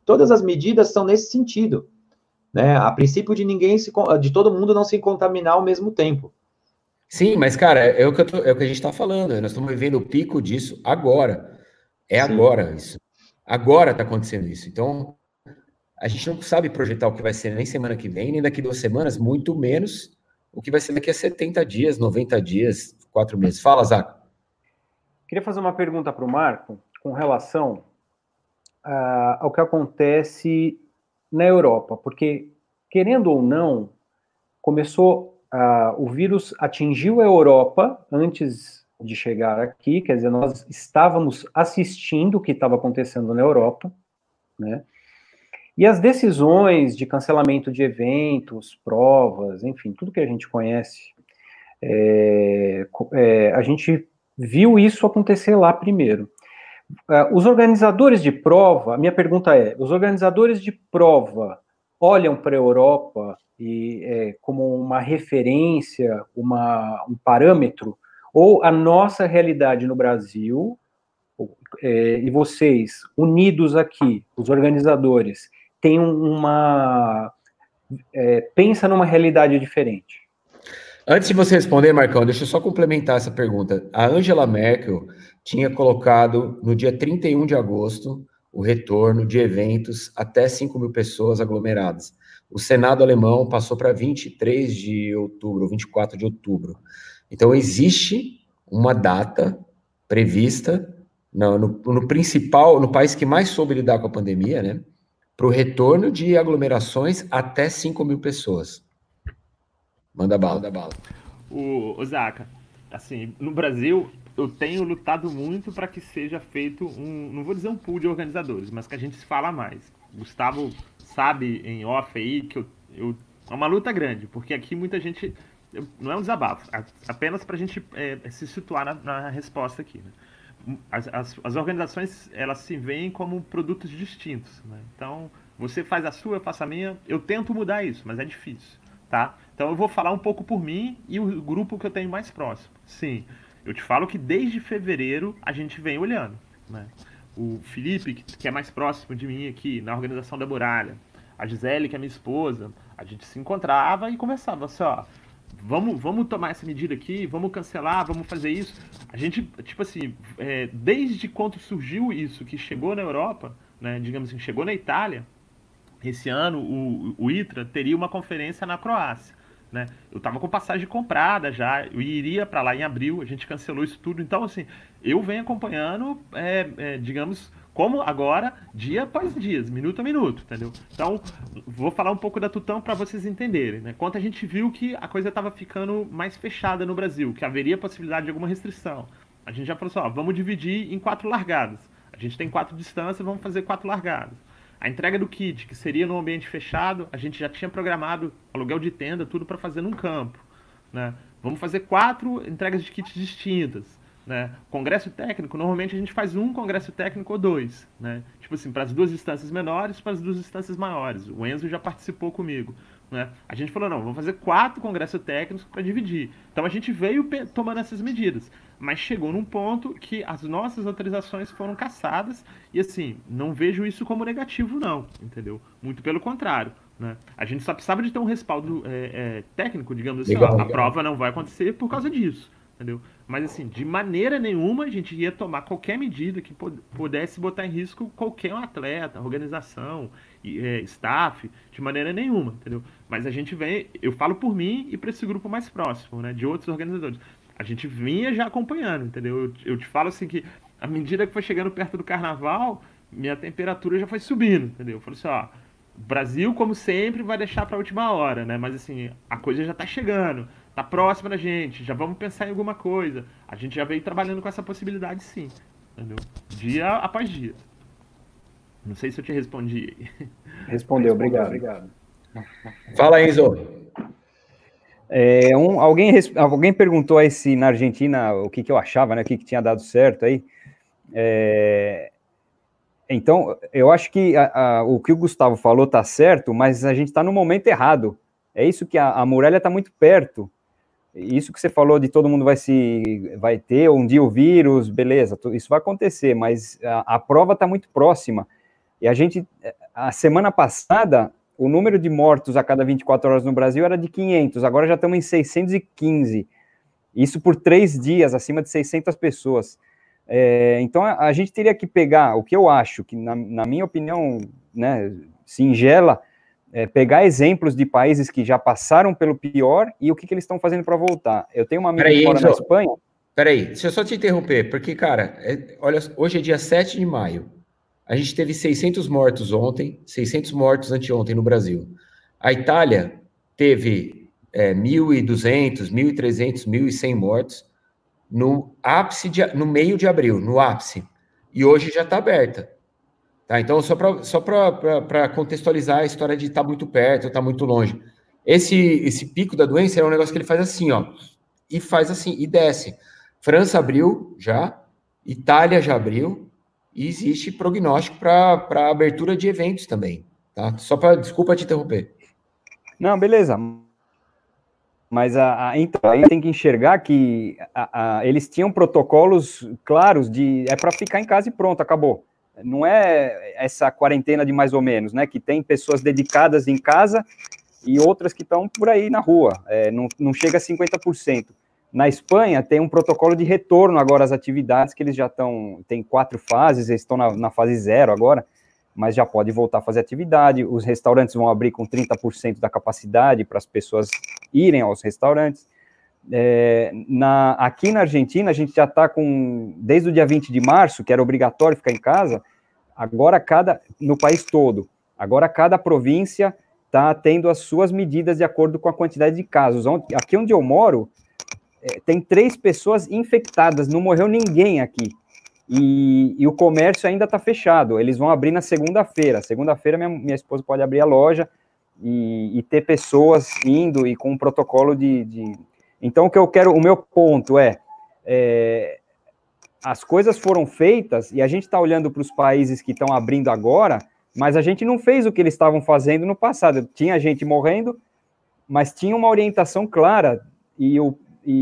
todas as medidas são nesse sentido, né? A princípio de ninguém se, de todo mundo não se contaminar ao mesmo tempo. Sim, mas, cara, é o que, eu tô, é o que a gente está falando, nós estamos vivendo o pico disso agora. É Sim. agora isso. Agora está acontecendo isso. Então, a gente não sabe projetar o que vai ser nem semana que vem, nem daqui duas semanas, muito menos o que vai ser daqui a setenta dias, noventa dias, quatro meses. Fala, Zaco. Queria fazer uma pergunta para o Marco com relação uh, ao que acontece na Europa, porque, querendo ou não, começou, uh, o vírus atingiu a Europa antes de chegar aqui, quer dizer, nós estávamos assistindo o que estava acontecendo na Europa, né? E as decisões de cancelamento de eventos, provas, enfim, tudo que a gente conhece, é, é, a gente viu isso acontecer lá primeiro. Uh, os organizadores de prova, a minha pergunta é, os organizadores de prova olham para a Europa e, é, como uma referência, uma, um parâmetro, ou a nossa realidade no Brasil, é, e vocês, unidos aqui, os organizadores, têm uma... É, pensa numa realidade diferente? Antes de você responder, Marcão, deixa eu só complementar essa pergunta. A Angela Merkel tinha colocado no dia trinta e um de agosto o retorno de eventos até cinco mil pessoas aglomeradas. O Senado alemão passou para vinte e três de outubro, vinte e quatro de outubro. Então, existe uma data prevista no, no, no principal, no país que mais soube lidar com a pandemia, né, para o retorno de aglomerações até cinco mil pessoas. Manda bala, manda bala. O, o Zaca, assim, no Brasil, eu tenho lutado muito para que seja feito um, não vou dizer um pool de organizadores, mas que a gente se fala mais. Gustavo sabe em off aí que eu, eu, é uma luta grande, porque aqui muita gente, eu, não é um desabafo, apenas para a gente é, se situar na, na resposta aqui, né? As, as, as organizações, elas se veem como produtos distintos, né? Então, você faz a sua, eu faço a minha, eu tento mudar isso, mas é difícil. Tá? Então eu vou falar um pouco por mim e o grupo que eu tenho mais próximo. Sim, eu te falo que desde fevereiro a gente vem olhando, né? O Felipe, que é mais próximo de mim aqui na organização da Muralha, a Gisele, que é minha esposa, a gente se encontrava e conversava assim, ó, vamos, vamos tomar essa medida aqui, vamos cancelar, vamos fazer isso. A gente, tipo assim, é, desde quando surgiu isso, que chegou na Europa, né, digamos assim, chegou na Itália, esse ano o, o ITRA teria uma conferência na Croácia, né? Eu estava com passagem comprada já, eu iria para lá em abril, a gente cancelou isso tudo. Então, assim, eu venho acompanhando, é, é, digamos, como agora, dia após dia, minuto a minuto, entendeu? Então, vou falar um pouco da Tutão para vocês entenderem, né? Quando a gente viu que a coisa estava ficando mais fechada no Brasil, que haveria possibilidade de alguma restrição, a gente já falou assim, ó, vamos dividir em quatro largadas. A gente tem quatro distâncias, vamos fazer quatro largadas. A entrega do kit, que seria num ambiente fechado, a gente já tinha programado aluguel de tenda, tudo para fazer num campo, né? Vamos fazer quatro entregas de kits distintas, né? Congresso técnico, normalmente a gente faz um congresso técnico ou dois, né? Tipo assim, para as duas instâncias menores, para as duas instâncias maiores. O Enzo já participou comigo, né? A gente falou, não, vamos fazer quatro congressos técnicos para dividir. Então a gente veio tomando essas medidas, mas chegou num ponto que as nossas autorizações foram cassadas e, assim, não vejo isso como negativo, não, entendeu? Muito pelo contrário, né? A gente só precisava de ter um respaldo é, é, técnico, digamos assim, legal, ó, legal. A prova não vai acontecer por causa disso, entendeu? Mas, assim, de maneira nenhuma a gente ia tomar qualquer medida que pudesse botar em risco qualquer um atleta, organização, é, staff, de maneira nenhuma, entendeu? Mas a gente vem, eu falo por mim e para esse grupo mais próximo, né, de outros organizadores. A gente vinha já acompanhando, entendeu? Eu, eu te falo assim que, à medida que foi chegando perto do carnaval, minha temperatura já foi subindo, entendeu? Eu falei assim, ó, o Brasil, como sempre, vai deixar para a última hora, né? Mas, assim, a coisa já tá chegando, tá próxima da gente, já vamos pensar em alguma coisa. A gente já veio trabalhando com essa possibilidade, sim, entendeu? Dia após dia. Não sei se eu te respondi. Respondeu, obrigado. obrigado. Fala, Enzo. É, um, alguém, alguém perguntou aí se na Argentina o que, que eu achava, né, o que, que tinha dado certo aí. É, então, eu acho que a, a, o que o Gustavo falou tá certo, mas a gente está no momento errado. É isso que a, a muralha está muito perto. Isso que você falou de todo mundo vai se vai ter um dia o vírus, beleza, isso vai acontecer, mas a, a prova está muito próxima. E a gente, a semana passada, o número de mortos a cada vinte e quatro horas no Brasil era de quinhentos, agora já estamos em seiscentos e quinze. Isso por três dias, acima de seiscentas pessoas. É, então, a, a gente teria que pegar, o que eu acho, que na, na minha opinião, né, singela, é, pegar exemplos de países que já passaram pelo pior e o que, que eles estão fazendo para voltar. Eu tenho uma amiga Peraí, que mora Enzo, na Espanha... Peraí, deixa eu só te interromper, porque, cara, é, olha, hoje é dia sete de maio. A gente teve seiscentos mortos ontem, seiscentos mortos anteontem no Brasil. A Itália teve é, mil e duzentos, mil e trezentos, mil e cem mortos no ápice, de, no meio de abril, no ápice. E hoje já está aberta. Tá? Então, só para só para contextualizar a história de estar tá muito perto, estar tá muito longe. Esse, esse pico da doença é um negócio que ele faz assim, ó, e faz assim, e desce. França abriu já, Itália já abriu, e existe prognóstico para abertura de eventos também, tá? Só para, desculpa te interromper. Não, beleza. Mas a, a, então, aí tem que enxergar que a, a, eles tinham protocolos claros de é para ficar em casa e pronto, acabou. Não é essa quarentena de mais ou menos, né? Que tem pessoas dedicadas em casa e outras que estão por aí na rua. É, não, não chega a cinquenta por cento. Na Espanha tem um protocolo de retorno agora às atividades, que eles já estão, tem quatro fases, eles estão na, na fase zero agora, mas já pode voltar a fazer atividade, os restaurantes vão abrir com trinta por cento da capacidade para as pessoas irem aos restaurantes. É, na, aqui na Argentina, a gente já está com, desde o dia vinte de março, que era obrigatório ficar em casa, agora cada, no país todo, agora cada província está tendo as suas medidas de acordo com a quantidade de casos. Aqui onde eu moro, é, tem três pessoas infectadas, não morreu ninguém aqui. E, e o comércio ainda está fechado, eles vão abrir na segunda-feira. Segunda-feira minha, minha esposa pode abrir a loja e, e ter pessoas indo e com um protocolo de, de... Então, o que eu quero, o meu ponto é, é as coisas foram feitas e a gente está olhando para os países que estão abrindo agora, mas a gente não fez o que eles estavam fazendo no passado. Tinha gente morrendo, mas tinha uma orientação clara e, o,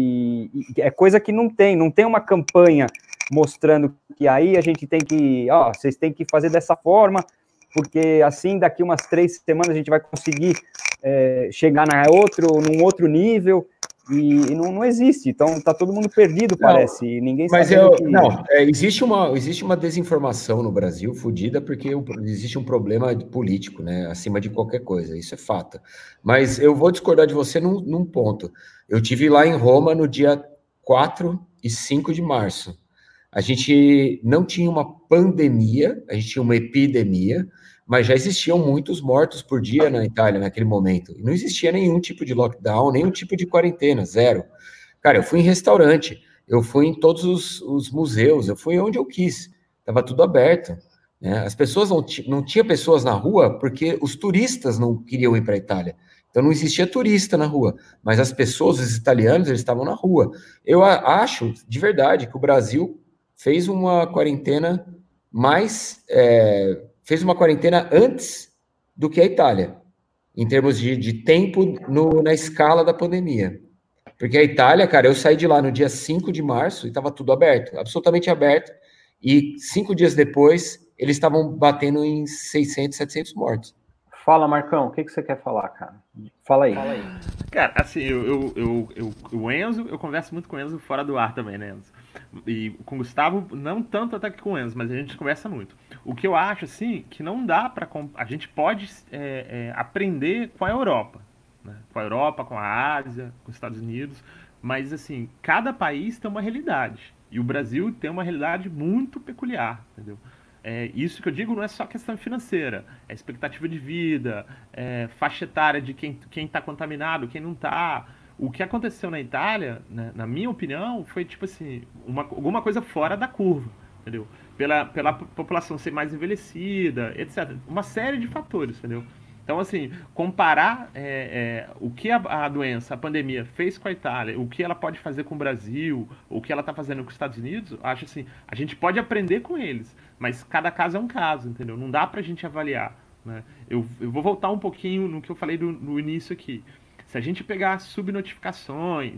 e, e é coisa que não tem, não tem uma campanha mostrando que aí a gente tem que, ó, vocês têm que fazer dessa forma, porque assim daqui umas três semanas a gente vai conseguir é, chegar na outro, num outro nível, e, e não, não existe, então tá todo mundo perdido, não, parece, e ninguém sabe. Mas eu, que... não, é, existe, uma, existe uma desinformação no Brasil fodida, porque existe um problema político, né, acima de qualquer coisa, isso é fato. Mas eu vou discordar de você num, num ponto. Eu tive lá em Roma no dia quatro e cinco de março. A gente não tinha uma pandemia, a gente tinha uma epidemia, mas já existiam muitos mortos por dia na Itália naquele momento. E não existia nenhum tipo de lockdown, nenhum tipo de quarentena, zero. Cara, eu fui em restaurante, eu fui em todos os, os museus, eu fui onde eu quis, estava tudo aberto. Né? As pessoas não, não tinha pessoas na rua porque os turistas não queriam ir para a Itália. Então não existia turista na rua, mas as pessoas, os italianos, eles estavam na rua. Eu acho, de verdade, que o Brasil fez uma quarentena mais, é, fez uma quarentena antes do que a Itália, em termos de, de tempo no, na escala da pandemia. Porque a Itália, cara, eu saí de lá no dia cinco de março e estava tudo aberto, absolutamente aberto, e cinco dias depois eles estavam batendo em seiscentos, setecentos mortos. Fala, Marcão, o que, que você quer falar, cara? Fala aí. Fala aí. Cara, assim, eu, eu, eu, eu, o Enzo, eu converso muito com o Enzo fora do ar também, né, Enzo? E com o Gustavo, não tanto até que com o Enzo, mas a gente conversa muito. O que eu acho, assim, que não dá para... A gente pode é, é, aprender com a Europa, né? Com a Europa, com a Ásia, com os Estados Unidos, mas, assim, cada país tem uma realidade. E o Brasil tem uma realidade muito peculiar, entendeu? É, isso que eu digo não é só questão financeira, é expectativa de vida, é faixa etária de quem quem está contaminado, quem não está. O que aconteceu na Itália, né, na minha opinião, foi tipo assim, uma, alguma coisa fora da curva, entendeu? Pela, pela população ser mais envelhecida, etcétera. Uma série de fatores, entendeu? Então, assim, comparar é, é, o que a, a doença, a pandemia fez com a Itália, o que ela pode fazer com o Brasil, o que ela está fazendo com os Estados Unidos, acho assim, a gente pode aprender com eles, mas cada caso é um caso, entendeu? Não dá pra gente avaliar, né? Eu, eu vou voltar um pouquinho no que eu falei do, no início aqui. Se a gente pegar subnotificações,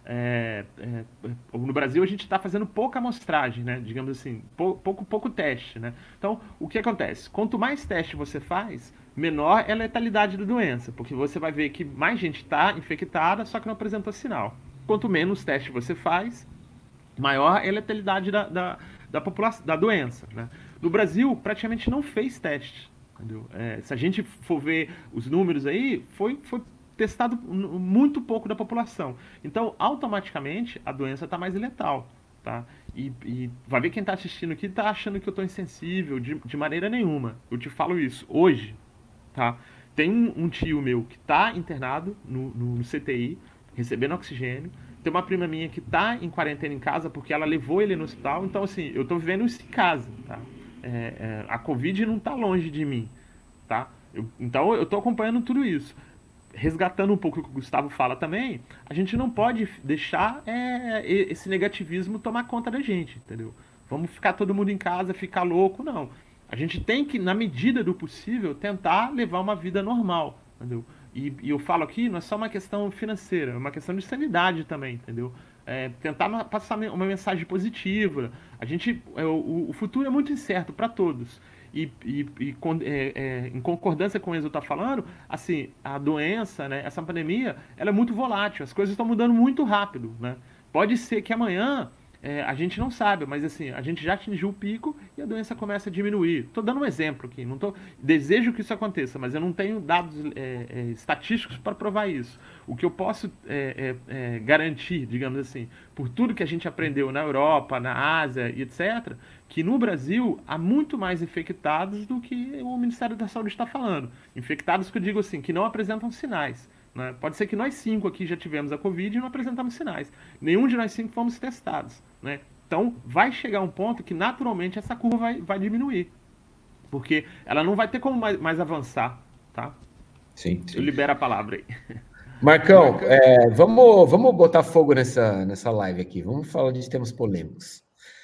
É, é, no Brasil a gente está fazendo pouca amostragem, né? Digamos assim, pou, pouco, pouco teste, né? Então, o que acontece? Quanto mais teste você faz, menor é a letalidade da doença, porque você vai ver que mais gente está infectada, só que não apresentou sinal. Quanto menos teste você faz, maior é a letalidade da, da, da população, da doença, né? No Brasil, praticamente não fez teste, entendeu? É, se a gente for ver os números aí, foi, foi testado muito pouco da população. Então, automaticamente, a doença está mais letal, tá? E, e vai ver quem está assistindo aqui está achando que eu estou insensível, de, de maneira nenhuma. Eu te falo isso hoje, tá? Tem um, um tio meu que está internado no, no, no C T I, recebendo oxigênio. Tem uma prima minha que está em quarentena em casa porque ela levou ele no hospital. Então, assim, eu estou vivendo isso em casa, tá? É, é, a Covid não está longe de mim, tá? Eu, então, eu estou acompanhando tudo isso. Resgatando um pouco o que o Gustavo fala também, a gente não pode deixar é, esse negativismo tomar conta da gente, entendeu? Vamos ficar todo mundo em casa, ficar louco, não. A gente tem que, na medida do possível, tentar levar uma vida normal, entendeu? E, e eu falo aqui, não é só uma questão financeira, é uma questão de sanidade também, entendeu? É, tentar passar uma mensagem positiva. A gente, é, o, o futuro é muito incerto para todos. E, e, e é, é, em concordância com o Enzo está falando, assim, a doença, né, essa pandemia, ela é muito volátil, as coisas estão mudando muito rápido, né? Pode ser que amanhã, é, a gente não sabe, mas assim, a gente já atingiu o pico e a doença começa a diminuir. Estou dando um exemplo aqui, não tô, desejo que isso aconteça, mas eu não tenho dados é, é, estatísticos para provar isso. O que eu posso é, é, é, garantir, digamos assim, por tudo que a gente aprendeu na Europa, na Ásia e etcétera, que no Brasil há muito mais infectados do que o Ministério da Saúde está falando. Infectados que eu digo assim, que não apresentam sinais, né? Pode ser que nós cinco aqui já tivemos a Covid e não apresentamos sinais. Nenhum de nós cinco fomos testados, né? Então vai chegar um ponto que naturalmente essa curva vai, vai diminuir. Porque ela não vai ter como mais, mais avançar, tá? Sim, sim. Eu libero a palavra aí. Marcão, Marcão. É, vamos, vamos botar fogo nessa, nessa live aqui. Vamos falar de temas polêmicos.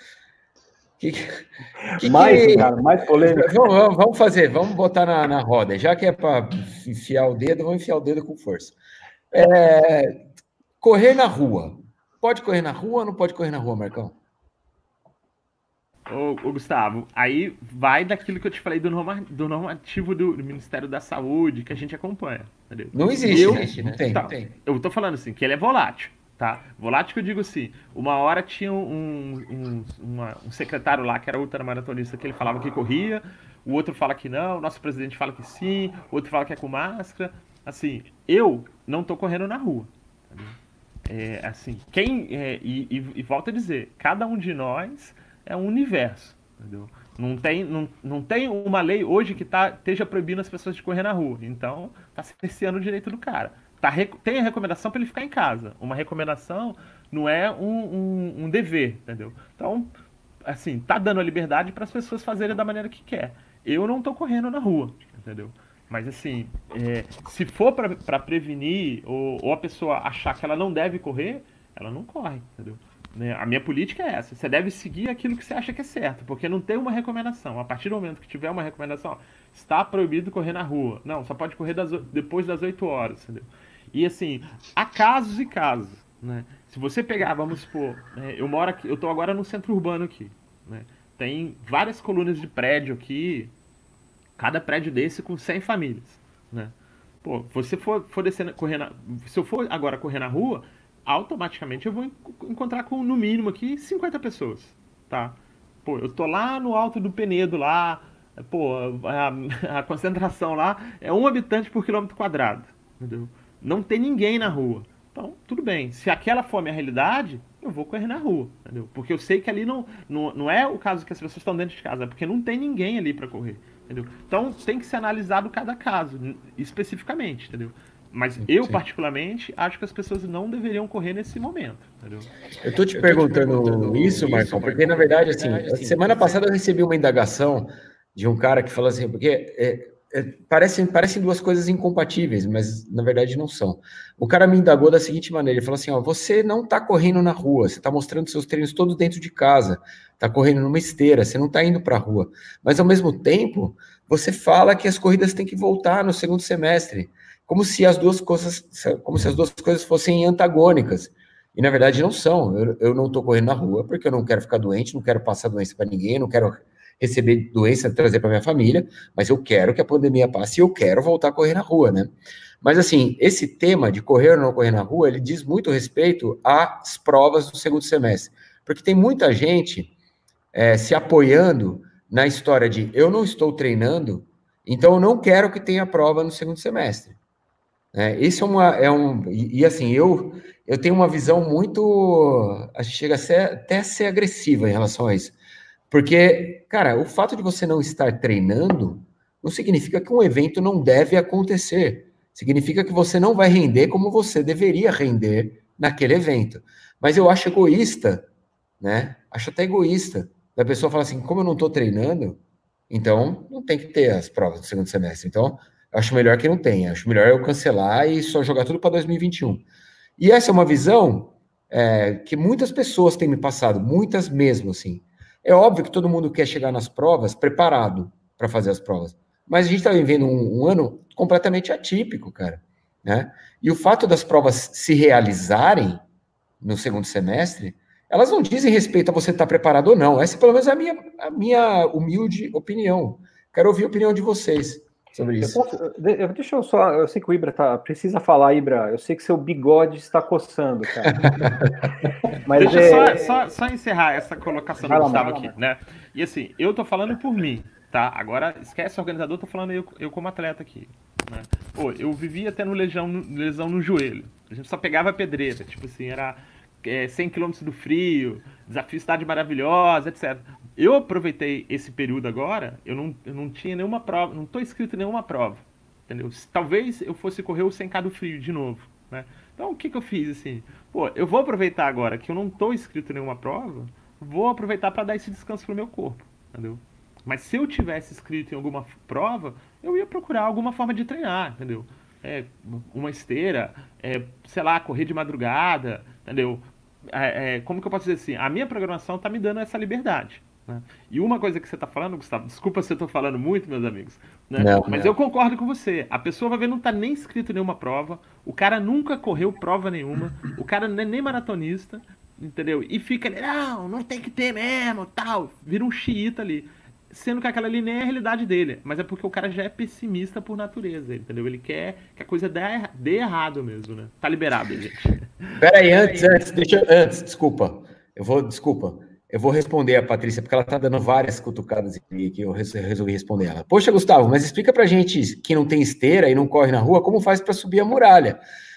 Que, que, mais, que... cara, mais polêmico. Vamos, vamos fazer, vamos botar na, na roda. Já que é para enfiar o dedo, vamos enfiar o dedo com força. É, correr na rua. Pode correr na rua ou não pode correr na rua, Marcão? Ô, ô Gustavo, aí vai daquilo que eu te falei do, norma, do normativo do, do Ministério da Saúde, que a gente acompanha. Entendeu? Não existe, eu, né? Não tem, tá, não tem. Eu tô falando assim, que ele é volátil. Tá? Volátil que eu digo assim, uma hora tinha um, um, uma, um secretário lá que era ultramaratonista que ele falava que corria, o outro fala que não, o nosso presidente fala que sim, o outro fala que é com máscara. Assim, eu não tô correndo na rua. É, assim, quem é, e, e, e volto a dizer, cada um de nós é um universo, entendeu? Não tem, não, não tem uma lei hoje que tá, esteja proibindo as pessoas de correr na rua. Então, tá cerceando o direito do cara. Tá, tem a recomendação para ele ficar em casa. Uma recomendação não é um, um, um dever, entendeu? Então, assim, tá dando a liberdade para as pessoas fazerem da maneira que quer. Eu não tô correndo na rua, entendeu? Mas, assim, é, se for para prevenir ou, ou a pessoa achar que ela não deve correr, ela não corre, entendeu? A minha política é essa. Você deve seguir aquilo que você acha que é certo, porque não tem uma recomendação. A partir do momento que tiver uma recomendação, está proibido correr na rua. Não, só pode correr das, depois das oito horas, entendeu? E assim, há casos e casos, né? Se você pegar, vamos supor, né, eu moro aqui, eu tô agora no centro urbano aqui, né? Tem várias colunas de prédio aqui, cada prédio desse com cem famílias, né? Pô, você for, for descendo, correr na, se eu for agora correr na rua, automaticamente eu vou encontrar com, no mínimo aqui, cinquenta pessoas, tá? Pô, eu tô lá no alto do Penedo lá, pô, a, a concentração lá é um habitante por quilômetro quadrado, entendeu? Não tem ninguém na rua. Então, tudo bem. Se aquela for a minha realidade, eu vou correr na rua, entendeu? Porque eu sei que ali não, não, não é o caso que as pessoas estão dentro de casa, é porque não tem ninguém ali para correr, entendeu? Então, tem que ser analisado cada caso, especificamente, entendeu? Mas eu, Sim. particularmente, acho que as pessoas não deveriam correr nesse momento, entendeu? Eu tô te, eu perguntando, tô te perguntando isso, Marcão, porque, na verdade, assim, assim semana passada eu recebi uma indagação de um cara que falou assim, porque... É, É, parecem, parecem duas coisas incompatíveis, mas na verdade não são. O cara me indagou da seguinte maneira, ele falou assim, ó, você não está correndo na rua, você está mostrando seus treinos todos dentro de casa, está correndo numa esteira, você não está indo para a rua, mas ao mesmo tempo, você fala que as corridas têm que voltar no segundo semestre, como se as duas coisas, como se as duas coisas fossem antagônicas. E, na verdade, não são. Eu, eu não estou correndo na rua porque eu não quero ficar doente, não quero passar doença para ninguém, não quero receber doença, trazer para minha família, mas eu quero que a pandemia passe e eu quero voltar a correr na rua, né? Mas, assim, esse tema de correr ou não correr na rua, ele diz muito respeito às provas do segundo semestre. Porque tem muita gente é, se apoiando na história de eu não estou treinando, então eu não quero que tenha prova no segundo semestre. É, isso é, uma, é um... E, e assim, eu, eu tenho uma visão muito... Acho que chega a ser, até a ser agressiva em relação a isso. Porque, cara, o fato de você não estar treinando não significa que um evento não deve acontecer. Significa que você não vai render como você deveria render naquele evento. Mas eu acho egoísta, né? Acho até egoísta da pessoa falar assim, como eu não estou treinando, então não tem que ter as provas do segundo semestre. Então, eu acho melhor que não tenha. Acho melhor eu cancelar e só jogar tudo para dois mil e vinte e um. E essa é uma visão é, que muitas pessoas têm me passado, muitas mesmo, assim. É óbvio que todo mundo quer chegar nas provas preparado para fazer as provas. Mas a gente está vivendo um, um ano completamente atípico, cara, né? E o fato das provas se realizarem no segundo semestre, elas não dizem respeito a você estar preparado ou não. Essa, pelo menos, é a minha, a minha humilde opinião. Quero ouvir a opinião de vocês sobre isso. Eu posso, eu, deixa eu só... Eu sei que o Ibra tá, precisa falar, Ibra. Eu sei que seu bigode está coçando, cara. Mas deixa eu é... só, só, só encerrar essa colocação do Gustavo aqui, né? E assim, eu tô falando por mim, tá? Agora, esquece o organizador, tô falando eu, eu como atleta aqui, né? Pô, eu vivia tendo lesão, lesão no joelho. A gente só pegava pedreira, tipo assim, era é, cem quilômetros do frio, desafio cidade maravilhosa, etcétera. Eu aproveitei esse período agora, eu não, eu não tinha nenhuma prova, não tô inscrito em nenhuma prova, entendeu? Talvez eu fosse correr o cem K do frio de novo, né? Então, o que que eu fiz, assim? Pô, eu vou aproveitar agora que eu não tô inscrito em nenhuma prova, vou aproveitar para dar esse descanso pro meu corpo, entendeu? Mas se eu tivesse inscrito em alguma prova, eu ia procurar alguma forma de treinar, entendeu? É, uma esteira, é, sei lá, correr de madrugada, entendeu? É, é, como que eu posso dizer assim? A minha programação tá me dando essa liberdade, né? E uma coisa que você tá falando, Gustavo, desculpa se eu tô falando muito, meus amigos, né? Não, mas não. Eu concordo com você. A pessoa vai ver, não tá nem inscrito em nenhuma prova, o cara nunca correu prova nenhuma, o cara não é nem maratonista, entendeu? E fica ali, não, não tem que ter mesmo, tal, vira um xiita ali. Sendo que aquela ali nem é a realidade dele, mas é porque o cara já é pessimista por natureza, entendeu? Ele quer que a coisa dê, dê errado mesmo, né? Tá liberado, gente. Peraí, antes, antes, deixa eu, antes, desculpa. Eu vou, desculpa. Eu vou responder a Patrícia, porque ela tá dando várias cutucadas aqui, que eu resolvi responder ela. Poxa, Gustavo, mas explica pra gente que não tem esteira e não corre na rua, como faz para subir a muralha?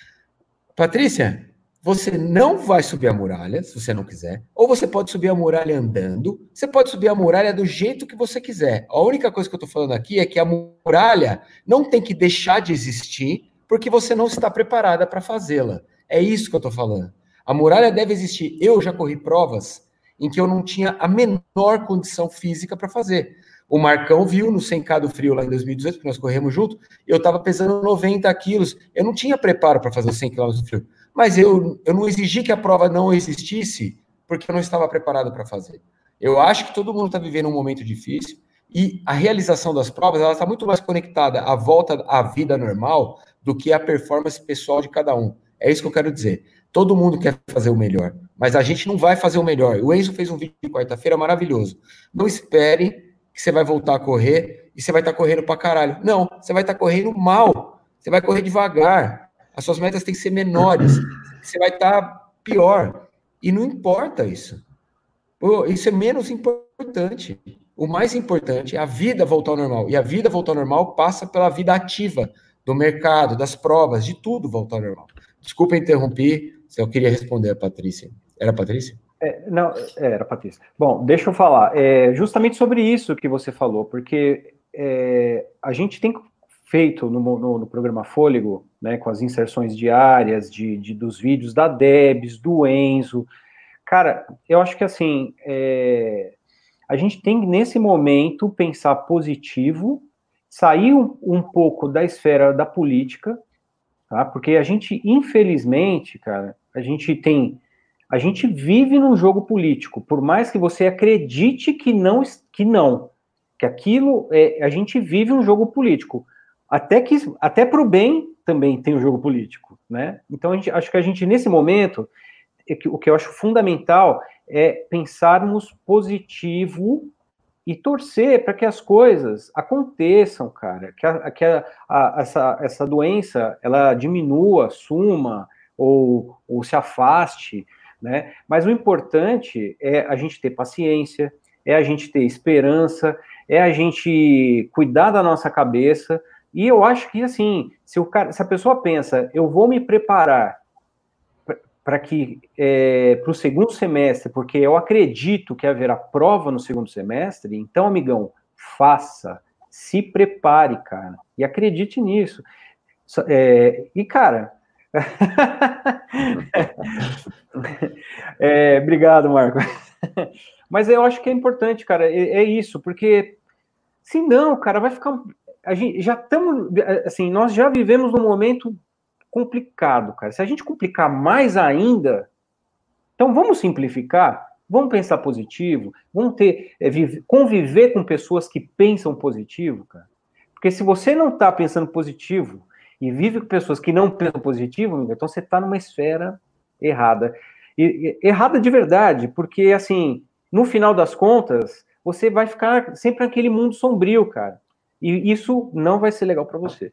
Patrícia, você não vai subir a muralha, se você não quiser, ou você pode subir a muralha andando, você pode subir a muralha do jeito que você quiser. A única coisa que eu estou falando aqui é que a muralha não tem que deixar de existir porque você não está preparada para fazê-la. É isso que eu estou falando. A muralha deve existir. Eu já corri provas em que eu não tinha a menor condição física para fazer. O Marcão viu no cem K do frio lá em dois mil e dezoito, porque nós corremos junto, eu estava pesando noventa quilos, eu não tinha preparo para fazer os cem quilômetros do frio. Mas eu, eu não exigi que a prova não existisse porque eu não estava preparado para fazer. Eu acho que todo mundo está vivendo um momento difícil e a realização das provas ela está muito mais conectada à volta à vida normal do que à performance pessoal de cada um. É isso que eu quero dizer. Todo mundo quer fazer o melhor, mas a gente não vai fazer o melhor. O Enzo fez um vídeo de quarta-feira maravilhoso. Não espere que você vai voltar a correr e você vai estar tá correndo para caralho. Não, você vai estar tá correndo mal. Você vai correr devagar. As suas metas têm que ser menores. Você vai estar tá pior. E não importa isso. Pô, isso é menos importante. O mais importante é a vida voltar ao normal. E a vida voltar ao normal passa pela vida ativa do mercado, das provas, de tudo voltar ao normal. Desculpa interromper, se eu queria responder a Patrícia. Era a Patrícia? É, não, era a Patrícia. Bom, deixa eu falar. É justamente sobre isso que você falou, porque é, a gente tem feito no, no, no programa Fôlego, né, com as inserções diárias de, de, dos vídeos da Debs, do Enzo. Cara, eu acho que assim, é, a gente tem nesse momento pensar positivo, sair um, um pouco da esfera da política, tá? Porque a gente, infelizmente, cara, a gente tem, a gente vive num jogo político, por mais que você acredite que não, que não, que aquilo, é, a gente vive um jogo político, até que, até para o bem também tem um jogo político, né? Então, a gente, acho que a gente, nesse momento, o que eu acho fundamental é pensarmos positivo e torcer para que as coisas aconteçam, cara, que, a, que a, a, essa, essa doença, ela diminua, suma, ou, ou se afaste, né? Mas o importante é a gente ter paciência, é a gente ter esperança, é a gente cuidar da nossa cabeça, e eu acho que, assim, se, o cara, se a pessoa pensa, eu vou me preparar para que é, para o segundo semestre, porque eu acredito que haverá prova no segundo semestre, então, amigão, faça, se prepare, cara, e acredite nisso. É, e, cara... é, obrigado, Marco. Mas eu acho que é importante, cara, é, é isso, porque se não, cara, vai ficar... A gente já estamos, assim, nós já vivemos num momento complicado, cara. Se a gente complicar mais ainda, então vamos simplificar, vamos pensar positivo, vamos ter, é, vive, conviver com pessoas que pensam positivo, cara. Porque se você não está pensando positivo e vive com pessoas que não pensam positivo, então você está numa esfera errada. E, e, errada de verdade, porque, assim, no final das contas, você vai ficar sempre naquele mundo sombrio, cara. E isso não vai ser legal para você.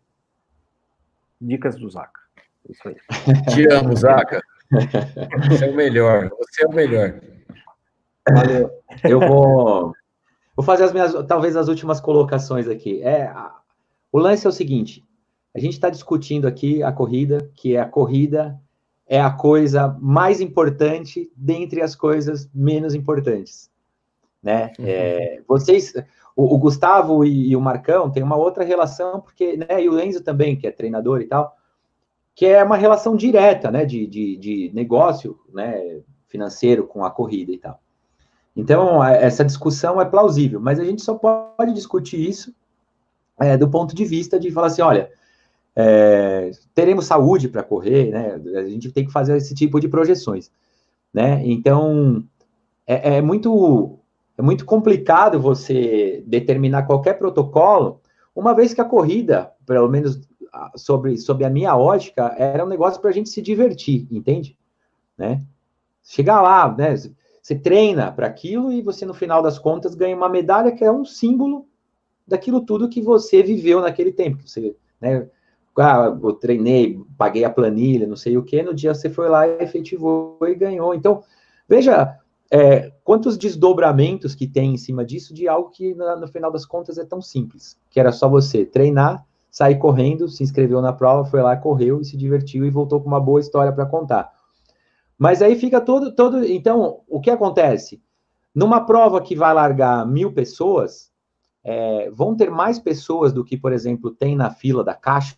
Dicas do Zaca. Isso aí. Te amo, Zaca. Você é o melhor. Você é o melhor. Valeu. Eu vou, vou fazer as minhas, talvez as últimas colocações aqui. É, o lance é o seguinte: a gente está discutindo aqui a corrida, que é a corrida é a coisa mais importante dentre as coisas menos importantes, né? Uhum. É, vocês, o, o Gustavo e, e o Marcão têm uma outra relação, porque, né? E o Enzo também, que é treinador e tal, que é uma relação direta, né, de, de, de negócio, né, financeiro com a corrida e tal. Então, a, essa discussão é plausível, mas a gente só pode discutir isso é, do ponto de vista de falar assim, olha, é, teremos saúde para correr, né, a gente tem que fazer esse tipo de projeções, né, então, é, é, muito, é muito complicado você determinar qualquer protocolo, uma vez que a corrida, pelo menos... Sobre, sobre a minha ótica, era um negócio para a gente se divertir, entende? Né? Chegar lá, né? Você treina para aquilo e você, no final das contas, ganha uma medalha que é um símbolo daquilo tudo que você viveu naquele tempo. Você, né? Ah, eu treinei, paguei a planilha, não sei o quê, no dia você foi lá e efetivou e ganhou. Então, veja é, quantos desdobramentos que tem em cima disso de algo que, no, no final das contas, é tão simples, que era só você treinar, sair correndo, se inscreveu na prova, foi lá, correu e se divertiu e voltou com uma boa história para contar. Mas aí fica todo, todo... Então, o que acontece? Numa prova que vai largar mil pessoas, é, vão ter mais pessoas do que, por exemplo, tem na fila da Caixa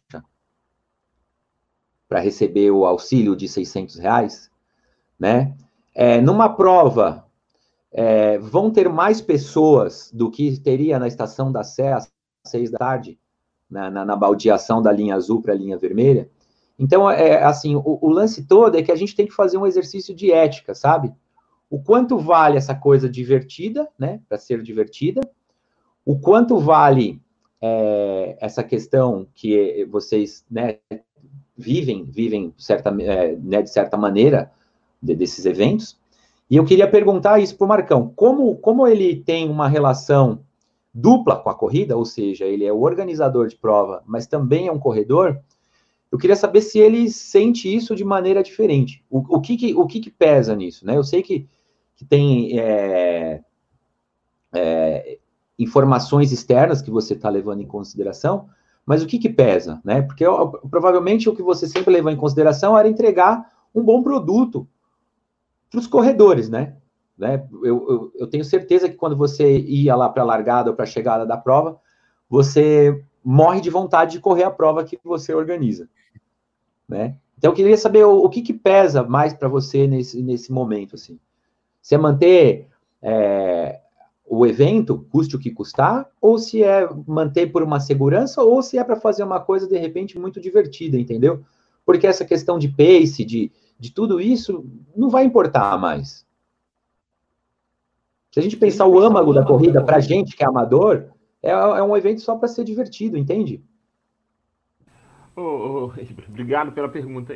para receber o auxílio de seiscentos reais, né? É, numa prova, é, vão ter mais pessoas do que teria na Estação da Sé às seis da tarde, Na, na, na baldeação da linha azul para a linha vermelha. Então, é, assim, o, o lance todo é que a gente tem que fazer um exercício de ética, sabe? O quanto vale essa coisa divertida, né, para ser divertida, o quanto vale é, essa questão que vocês, né, vivem, vivem certa, é, né, de certa maneira de, desses eventos. E eu queria perguntar isso para o Marcão, como, como ele tem uma relação dupla com a corrida, ou seja, ele é o organizador de prova, mas também é um corredor, eu queria saber se ele sente isso de maneira diferente. O, o, que, que, o que, que pesa nisso, né? Eu sei que, que tem é, é, informações externas que você está levando em consideração, mas o que, que pesa, né? Porque eu, provavelmente o que você sempre levou em consideração era entregar um bom produto para os corredores, né? Né? Eu, eu, eu tenho certeza que quando você ia lá para a largada ou para a chegada da prova, você morre de vontade de correr a prova que você organiza, né? Então eu queria saber o, o que, que pesa mais para você nesse, nesse momento, assim. Se é manter é, o evento, custe o que custar, ou se é manter por uma segurança, ou se é para fazer uma coisa, de repente, muito divertida, entendeu? Porque essa questão de pace, de, de tudo isso, não vai importar mais. Se a gente pensar o âmago da corrida, para a gente que é amador, é, é um evento só para ser divertido, entende? Oh, oh, obrigado pela pergunta aí.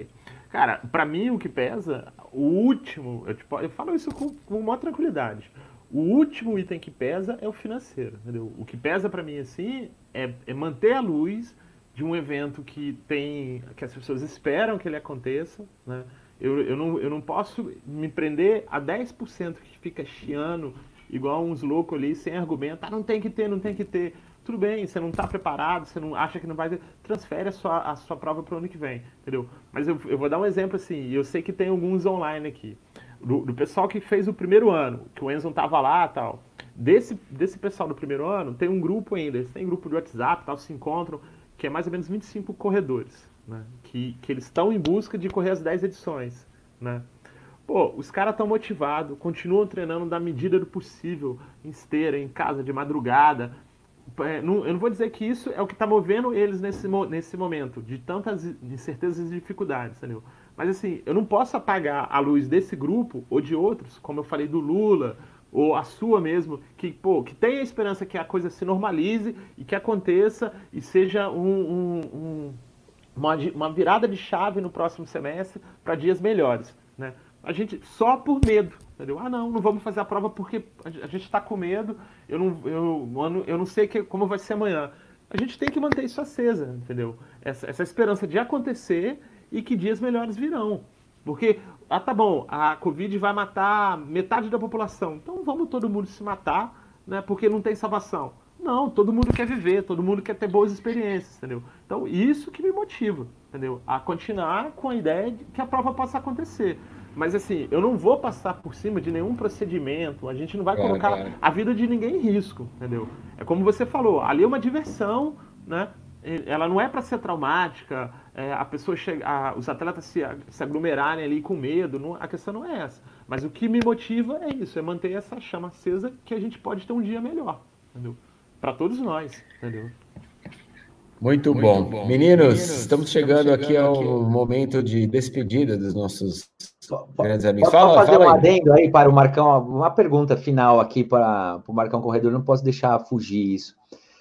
Cara, para mim o que pesa, o último, eu, tipo, eu falo isso com, com maior tranquilidade. O último item que pesa é o financeiro, entendeu? O que pesa para mim, assim, é, é manter a luz de um evento que tem, que as pessoas esperam que ele aconteça, né? Eu, eu, não, eu não posso me prender a dez por cento que fica chiando, igual uns loucos ali, sem argumento. Ah, não tem que ter, não tem que ter. Tudo bem, você não está preparado, você não acha que não vai ter, transfere a sua, a sua prova para o ano que vem, entendeu? Mas eu, eu vou dar um exemplo assim, eu sei que tem alguns online aqui. Do, do pessoal que fez o primeiro ano, que o Enzo tava lá e tal. Desse, desse pessoal do primeiro ano, tem um grupo ainda, eles têm grupo de WhatsApp, tal, se encontram, que é mais ou menos vinte e cinco corredores, né? Que, que eles estão em busca de correr as dez edições, né? Pô, os caras estão motivados, continuam treinando da medida do possível, em esteira, em casa, de madrugada. É, não, eu não vou dizer que isso é o que está movendo eles nesse, nesse momento, de tantas incertezas e dificuldades, entendeu? Mas assim, eu não posso apagar a luz desse grupo ou de outros, como eu falei do Lula, ou a sua mesmo, que, pô, que tem a esperança que a coisa se normalize e que aconteça e seja um, um, um, uma, uma virada de chave no próximo semestre para dias melhores, né? A gente, só por medo, entendeu? Ah, não, não vamos fazer a prova porque a gente está com medo, eu não, eu, eu não sei que, como vai ser amanhã. A gente tem que manter isso acesa, entendeu? Essa, essa esperança de acontecer e que dias melhores virão. Porque, ah, tá bom, a Covid vai matar metade da população, então vamos todo mundo se matar, né, porque não tem salvação. Não, todo mundo quer viver, todo mundo quer ter boas experiências, entendeu? Então, isso que me motiva, entendeu? A continuar com a ideia de que a prova possa acontecer. Mas, assim, eu não vou passar por cima de nenhum procedimento, a gente não vai claro, colocar claro. a vida de ninguém em risco, entendeu? É como você falou, ali é uma diversão, né? Ela não é para ser traumática, é, a pessoa chega, a, os atletas se, se aglomerarem ali com medo, não, a questão não é essa. Mas o que me motiva é isso, é manter essa chama acesa que a gente pode ter um dia melhor, entendeu? Para todos nós, entendeu? Muito, Muito bom. bom. Meninos, Meninos, estamos chegando, estamos chegando aqui ao aqui. momento de despedida dos nossos grandes amigos. Posso fala, fazer fala um aí. adendo aí para o Marcão, uma pergunta final aqui para, para o Marcão Corredor, não posso deixar fugir isso.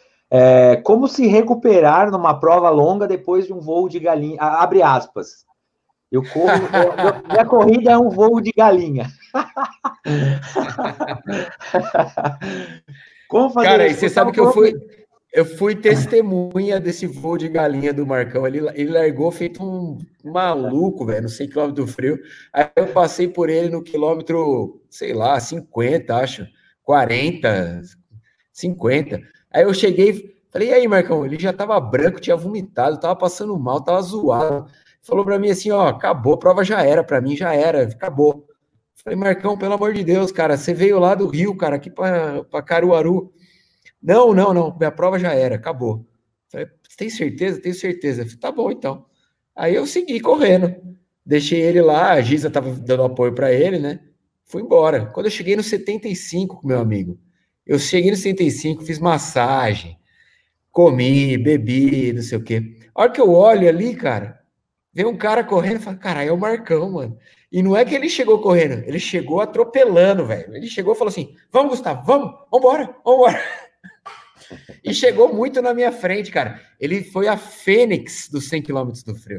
É, como se recuperar numa prova longa depois de um voo de galinha? Abre aspas. Eu corro, eu, minha corrida é um voo de galinha. Como fazer Cara, isso? E você sabe que eu fui, eu fui testemunha desse voo de galinha do Marcão. Ele, ele largou feito um maluco, velho, não sei, quilômetro do frio. Aí eu passei por ele no quilômetro, sei lá, cinquenta, acho, quarenta, cinquenta. Aí eu cheguei, falei, e aí, Marcão? Ele já tava branco, tinha vomitado, tava passando mal, tava zoado. Falou para mim assim, ó, acabou, a prova já era, para mim já era, acabou. Falei, Marcão, pelo amor de Deus, cara, você veio lá do Rio, cara, aqui para Caruaru. Não, não, não, minha prova já era, acabou. Falei, você tem certeza? Tenho certeza. Falei, tá bom, então. Aí eu segui correndo, deixei ele lá, a Giza tava dando apoio para ele, né? Fui embora. Quando eu cheguei no setenta e cinco, meu amigo, eu cheguei no setenta e cinco, fiz massagem, comi, bebi, não sei o quê. A hora que eu olho ali, cara, vem um cara correndo e fala, caralho, é o Marcão, mano. E não é que ele chegou correndo, ele chegou atropelando, velho. Ele chegou e falou assim, vamos, Gustavo, vamos, vambora, vambora. E chegou muito na minha frente, cara. Ele foi a fênix dos cem quilômetros do frio.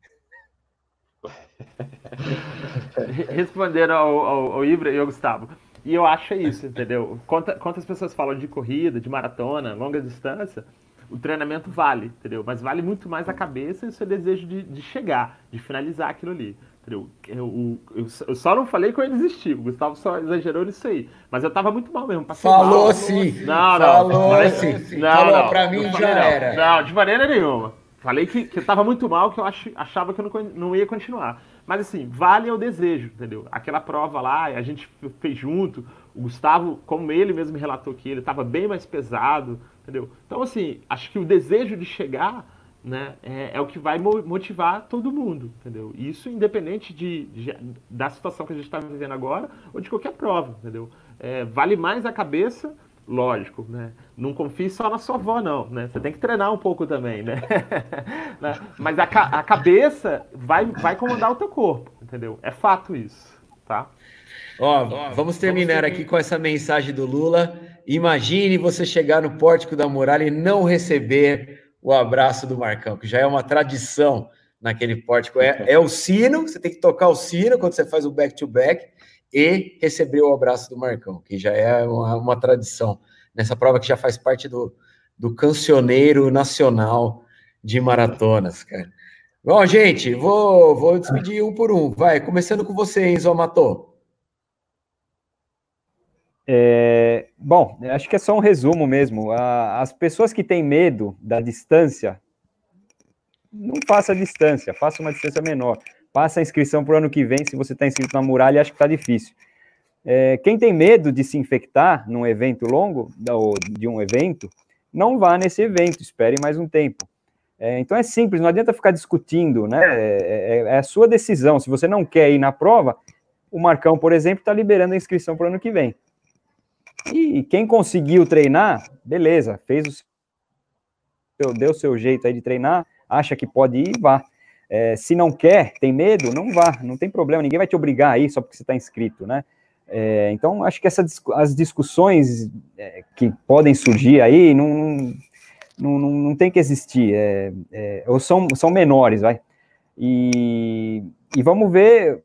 Responderam ao, ao, ao Ibra e ao Gustavo. E eu acho isso, entendeu? Quantas, quantas pessoas falam de corrida, de maratona, longa distância, o treinamento vale, entendeu? Mas vale muito mais a cabeça e o seu desejo de, de chegar, de finalizar aquilo ali, entendeu? Eu, eu, eu só não falei que eu ia desistir, o Gustavo só exagerou nisso aí. Mas eu tava muito mal mesmo, passei Falou mal. sim, não, não, falou falei, sim. Não, falou, não, pra mim não já não. era. Não, de maneira nenhuma. Falei que, que eu tava muito mal, que eu ach, achava que eu não, não ia continuar. Mas assim, vale o desejo, entendeu? Aquela prova lá, a gente fez junto, o Gustavo, como ele mesmo me relatou que ele estava bem mais pesado, entendeu? Então assim, acho que o desejo de chegar, né, é, é o que vai motivar todo mundo, entendeu? Isso independente de, de, da situação que a gente está vivendo agora ou de qualquer prova, entendeu? É, vale mais a cabeça. Lógico, né? Não confie só na sua avó, não, né? Você tem que treinar um pouco também, né? Mas a, ca a cabeça vai, vai comandar o teu corpo, entendeu? É fato isso, tá? Ó, vamos terminar vamos aqui com essa mensagem do Lula. Imagine você chegar no Pórtico da Muralha e não receber o abraço do Marcão, que já é uma tradição naquele pórtico. É, é o sino, você tem que tocar o sino quando você faz o back-to-back e receber o abraço do Marcão, que já é uma, uma tradição nessa prova que já faz parte do, do cancioneiro nacional de maratonas, cara. Bom, gente, vou, vou despedir um por um. Vai, começando com você, Enzo Amato. É, bom, acho que é só um resumo mesmo. A, as pessoas que têm medo da distância, não faça a distância, faça uma distância menor. Faça a inscrição para o ano que vem, se você está inscrito na muralha, acho que está difícil. É, quem tem medo de se infectar num evento longo, ou de um evento, não vá nesse evento, espere mais um tempo. É, então é simples, não adianta ficar discutindo, né? É, é, é a sua decisão. Se você não quer ir na prova, o Marcão, por exemplo, está liberando a inscrição para o ano que vem. E quem conseguiu treinar, beleza, fez o seu, deu o seu jeito aí de treinar, acha que pode ir, vá. É, se não quer, tem medo, não vá, não tem problema, ninguém vai te obrigar a ir só porque você está inscrito, né? É, então, acho que essa, as discussões é, que podem surgir aí não, não, não, não tem que existir, é, é, ou são, são menores, vai. E, e vamos ver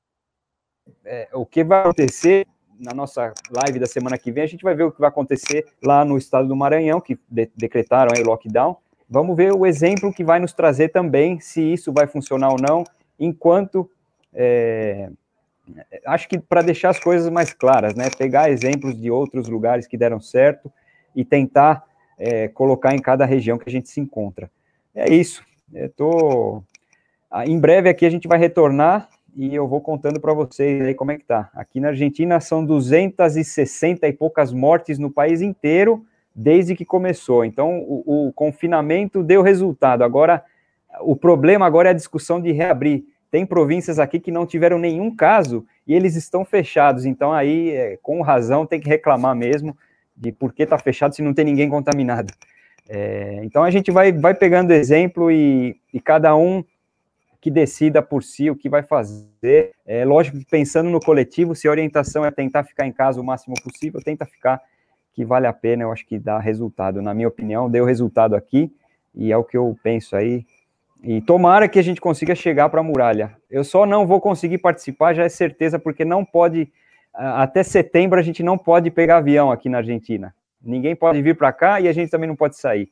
é, o que vai acontecer na nossa live da semana que vem. A gente vai ver o que vai acontecer lá no estado do Maranhão, que de, decretaram aí o lockdown. Vamos ver o exemplo que vai nos trazer também, se isso vai funcionar ou não, enquanto... É, acho que para deixar as coisas mais claras, né, pegar exemplos de outros lugares que deram certo e tentar é, colocar em cada região que a gente se encontra. É isso. Eu tô... Em breve aqui a gente vai retornar e eu vou contando para vocês aí como é que tá. Aqui na Argentina são duzentas e sessenta e poucas mortes no país inteiro desde que começou. Então, o, o confinamento deu resultado. Agora, o problema agora é a discussão de reabrir. Tem províncias aqui que não tiveram nenhum caso e eles estão fechados. Então, aí, é, com razão, tem que reclamar mesmo de por que está fechado se não tem ninguém contaminado. É, então, a gente vai, vai pegando exemplo e, e cada um que decida por si o que vai fazer. É lógico que pensando no coletivo, se a orientação é tentar ficar em casa o máximo possível, tenta ficar, que vale a pena, eu acho que dá resultado. Na minha opinião, deu resultado aqui, e é o que eu penso aí. E tomara que a gente consiga chegar para a muralha. Eu só não vou conseguir participar, já é certeza, porque não pode, até setembro a gente não pode pegar avião aqui na Argentina. Ninguém pode vir para cá e a gente também não pode sair.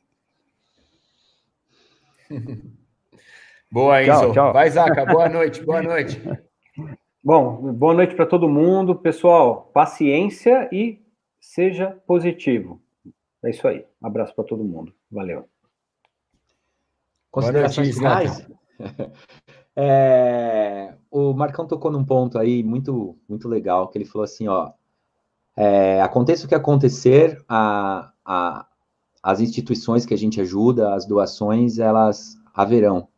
Boa, Enzo. Tchau, tchau. Vai, Zaca. Boa noite, boa noite. Bom, boa noite para todo mundo. Pessoal, paciência e seja positivo. É isso aí. Um abraço para todo mundo. Valeu. Considerações finais? É, o Marcão tocou num ponto aí muito, muito legal, que ele falou assim, ó, é, aconteça o que acontecer, a, a, as instituições que a gente ajuda, as doações, elas haverão.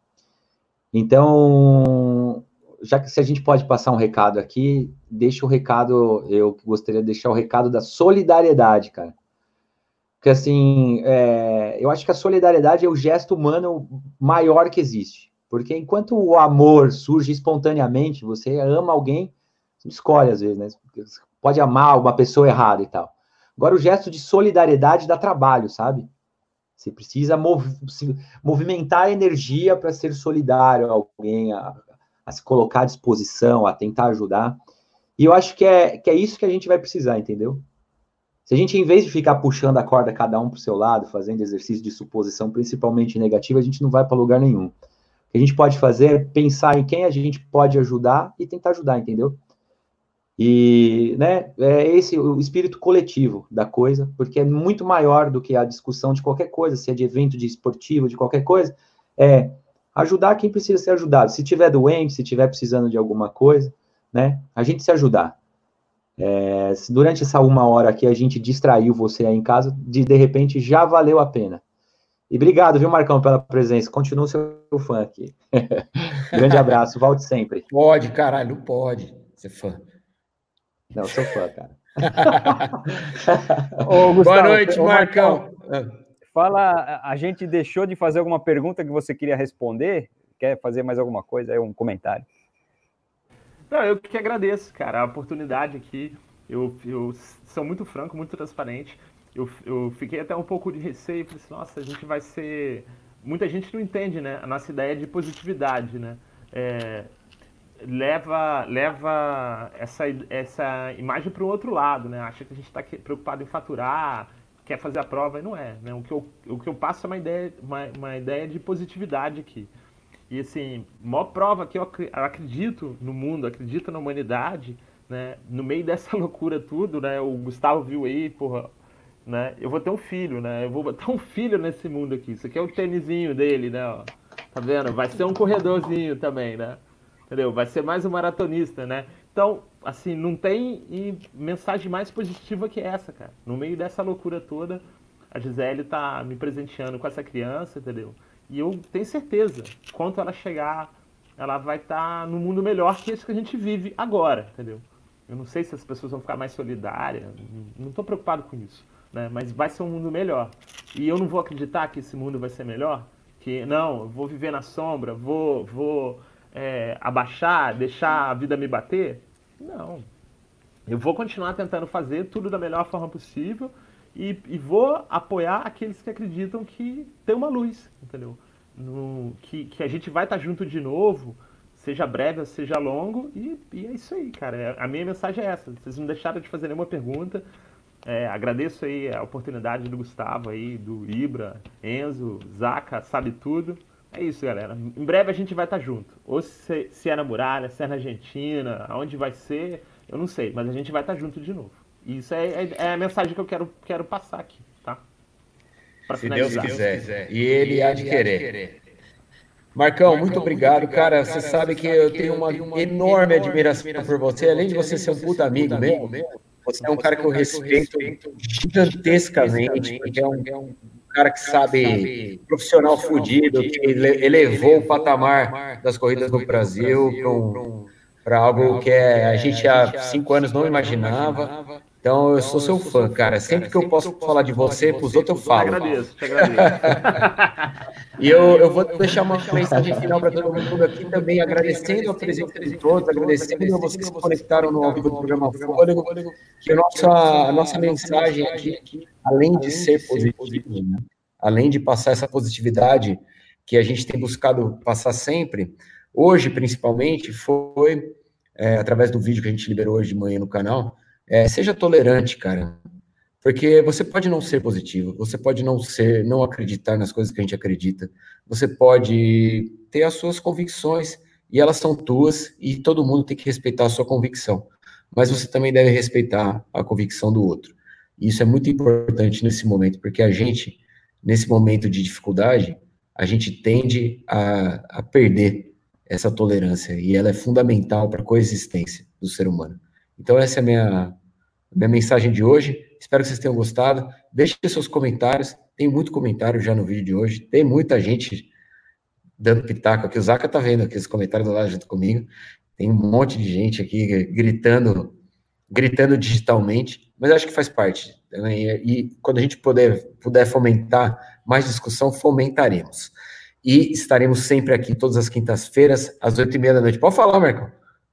Então, já que se a gente pode passar um recado aqui, deixa o recado, eu gostaria de deixar o recado da solidariedade, cara. Porque, assim, é, eu acho que a solidariedade é o gesto humano maior que existe. Porque enquanto o amor surge espontaneamente, você ama alguém, você escolhe às vezes, né? Você pode amar uma pessoa errada e tal. Agora, o gesto de solidariedade dá trabalho, sabe? Você precisa mov se movimentar a energia para ser solidário a alguém, a, a se colocar à disposição, a tentar ajudar. E eu acho que é, que é isso que a gente vai precisar, entendeu? Se a gente, em vez de ficar puxando a corda cada um para o seu lado, fazendo exercício de suposição, principalmente negativa, a gente não vai para lugar nenhum. O que a gente pode fazer é pensar em quem a gente pode ajudar e tentar ajudar, entendeu? E, né, é esse o espírito coletivo da coisa, porque é muito maior do que a discussão de qualquer coisa, se é de evento, de esportivo, de qualquer coisa, é ajudar quem precisa ser ajudado. Se tiver doente, se tiver precisando de alguma coisa, né, a gente se ajudar. É, se durante essa uma hora aqui a gente distraiu você aí em casa, de, de repente já valeu a pena. E obrigado, viu, Marcão, pela presença. Continuo seu fã aqui. Grande abraço, volte sempre. Pode, caralho, não pode ser fã. Não, sou fã, cara. Ô, Gustavo, boa noite, ô, Marcão. Marcão. Fala, a gente deixou de fazer alguma pergunta que você queria responder? Quer fazer mais alguma coisa? É um comentário. Não, eu que agradeço, cara, a oportunidade aqui. Eu, eu sou muito franco, muito transparente. Eu, eu fiquei até um pouco de receio, falei assim, nossa, a gente vai ser muita gente não entende, né, a nossa ideia de positividade, né? É, leva, leva essa, essa imagem para o outro lado, né? Acha que a gente está preocupado em faturar, quer fazer a prova, e não é, né? O que eu, o que eu passo é uma ideia, uma, uma ideia de positividade aqui. E assim, a maior prova que eu acredito no mundo, acredito na humanidade, né? No meio dessa loucura tudo, né? O Gustavo viu aí, porra, né? Eu vou ter um filho, né? Eu vou botar um filho nesse mundo aqui. Isso aqui é o tênisinho dele, né? Ó. Tá vendo? Vai ser um corredorzinho também, né? Entendeu? Vai ser mais um maratonista, né? Então, assim, não tem mensagem mais positiva que essa, cara. No meio dessa loucura toda, a Gisele tá me presenteando com essa criança, entendeu? E eu tenho certeza, quando ela chegar, ela vai estar no mundo melhor que esse que a gente vive agora, entendeu? Eu não sei se as pessoas vão ficar mais solidárias, não estou preocupado com isso, né? Mas vai ser um mundo melhor. E eu não vou acreditar que esse mundo vai ser melhor, que não, eu vou viver na sombra, vou, vou é, abaixar, deixar a vida me bater. Não. Eu vou continuar tentando fazer tudo da melhor forma possível e, e vou apoiar aqueles que acreditam que tem uma luz, entendeu? No, que, que a gente vai estar junto de novo, seja breve, seja longo, e, e é isso aí, cara. A minha mensagem é essa. Vocês não deixaram de fazer nenhuma pergunta. É, agradeço aí a oportunidade do Gustavo aí, do Ibra, Enzo, Zaca, sabe tudo. É isso, galera. Em breve a gente vai estar junto. Ou se, se é na Muralha, se é na Argentina, aonde vai ser, eu não sei, mas a gente vai estar junto de novo. E isso é, é, é a mensagem que eu quero, quero passar aqui, tá? Pra se Deus quiser. E ele há de querer. Marcão, muito obrigado, cara. Você sabe que eu tenho uma enorme admiração por você. Além de você ser um puta amigo meu, você é um cara que eu respeito gigantescamente, porque é um cara que sabe, profissional fudido, que elevou o patamar das corridas do Brasil para algo que é, a gente há cinco anos não imaginava. Então, eu sou seu fã, cara. Sempre que eu posso falar de você, para os outros eu falo. Te agradeço, te agradeço. E eu, eu vou deixar uma mensagem final para todo mundo aqui também, agradecendo a presença de todos, agradecendo a vocês que se conectaram no ao vivo do programa Fôlego, que a nossa, a nossa mensagem aqui, além de ser positiva, né? Além de passar essa positividade que a gente tem buscado passar sempre, hoje, principalmente, foi, é, através do vídeo que a gente liberou hoje de manhã no canal, É, seja tolerante, cara, porque você pode não ser positivo, você pode não ser, não acreditar nas coisas que a gente acredita, você pode ter as suas convicções, e elas são tuas, e todo mundo tem que respeitar a sua convicção, mas você também deve respeitar a convicção do outro. E isso é muito importante nesse momento, porque a gente, nesse momento de dificuldade, a gente tende a, a perder essa tolerância, e ela é fundamental para a coexistência do ser humano. Então, essa é a minha, minha mensagem de hoje. Espero que vocês tenham gostado. Deixem seus comentários. Tem muito comentário já no vídeo de hoje. Tem muita gente dando pitaco aqui. O Zaca tá vendo aqui os comentários do lado junto comigo. Tem um monte de gente aqui gritando, gritando digitalmente. Mas eu acho que faz parte. E quando a gente puder, puder fomentar mais discussão, fomentaremos. E estaremos sempre aqui todas as quintas-feiras, às oito e meia da noite. Pode falar, Marcão.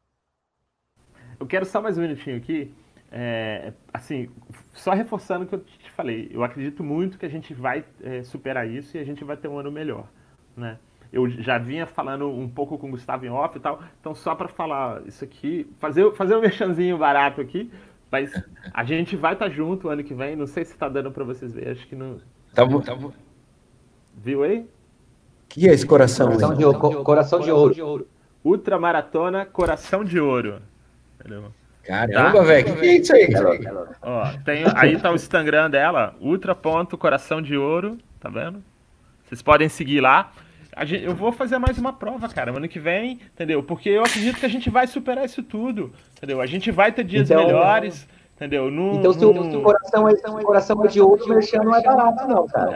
Eu quero só mais um minutinho aqui, é, assim, só reforçando o que eu te falei. Eu acredito muito que a gente vai é, superar isso e a gente vai ter um ano melhor, né? Eu já vinha falando um pouco com o Gustavo em off e tal, então só para falar isso aqui, fazer, fazer um merchanzinho barato aqui, mas a gente vai estar tá junto o ano que vem, não sei se tá dando para vocês verem, acho que não... Tá bom, tá bom. Viu aí? O que é esse coração? Coração, de, ouro, coração, coração de ouro. De ouro. Ultramaratona Coração de Ouro. Caramba, tá? Velho, o que, que é isso aí? Ó, tem, aí tá o Instagram dela, ultra.coração de ouro, tá vendo? Vocês podem seguir lá. A gente, eu vou fazer mais uma prova, cara, ano que vem, entendeu? Porque eu acredito que a gente vai superar isso tudo, entendeu? A gente vai ter dias então, melhores, entendeu? No, então, se o no... coração, é, o coração é de ouro, o merchan não é barato, não, cara.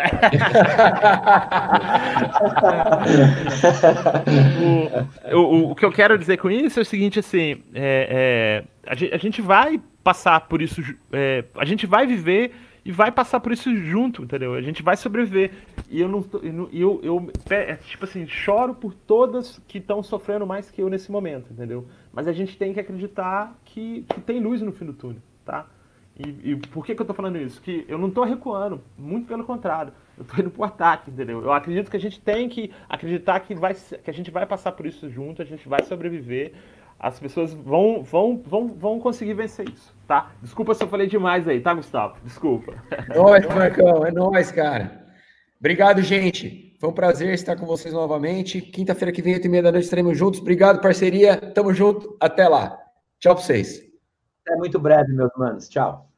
o, o, o que eu quero dizer com isso é o seguinte, assim, é, é, a, gente, a gente vai passar por isso, é, a gente vai viver e vai passar por isso junto, entendeu? A gente vai sobreviver. E eu não, eu, eu, eu é, tipo assim, choro por todas que estão sofrendo mais que eu nesse momento, entendeu? Mas a gente tem que acreditar que, que tem luz no fim do túnel, tá? E, e por que, que eu tô falando isso? Que eu não tô recuando, muito pelo contrário. Eu tô indo pro ataque, entendeu? Eu acredito que a gente tem que acreditar que, vai, que a gente vai passar por isso junto, a gente vai sobreviver. As pessoas vão, vão, vão, vão conseguir vencer isso, tá? Desculpa se eu falei demais aí, tá, Gustavo? Desculpa. É nóis, Marcão, é nóis, cara. Obrigado, gente. Foi um prazer estar com vocês novamente. Quinta-feira que vem, oito e meia da noite, estaremos juntos. Obrigado, parceria. Tamo junto. Até lá. Tchau pra vocês. Até muito breve, meus manos. Tchau.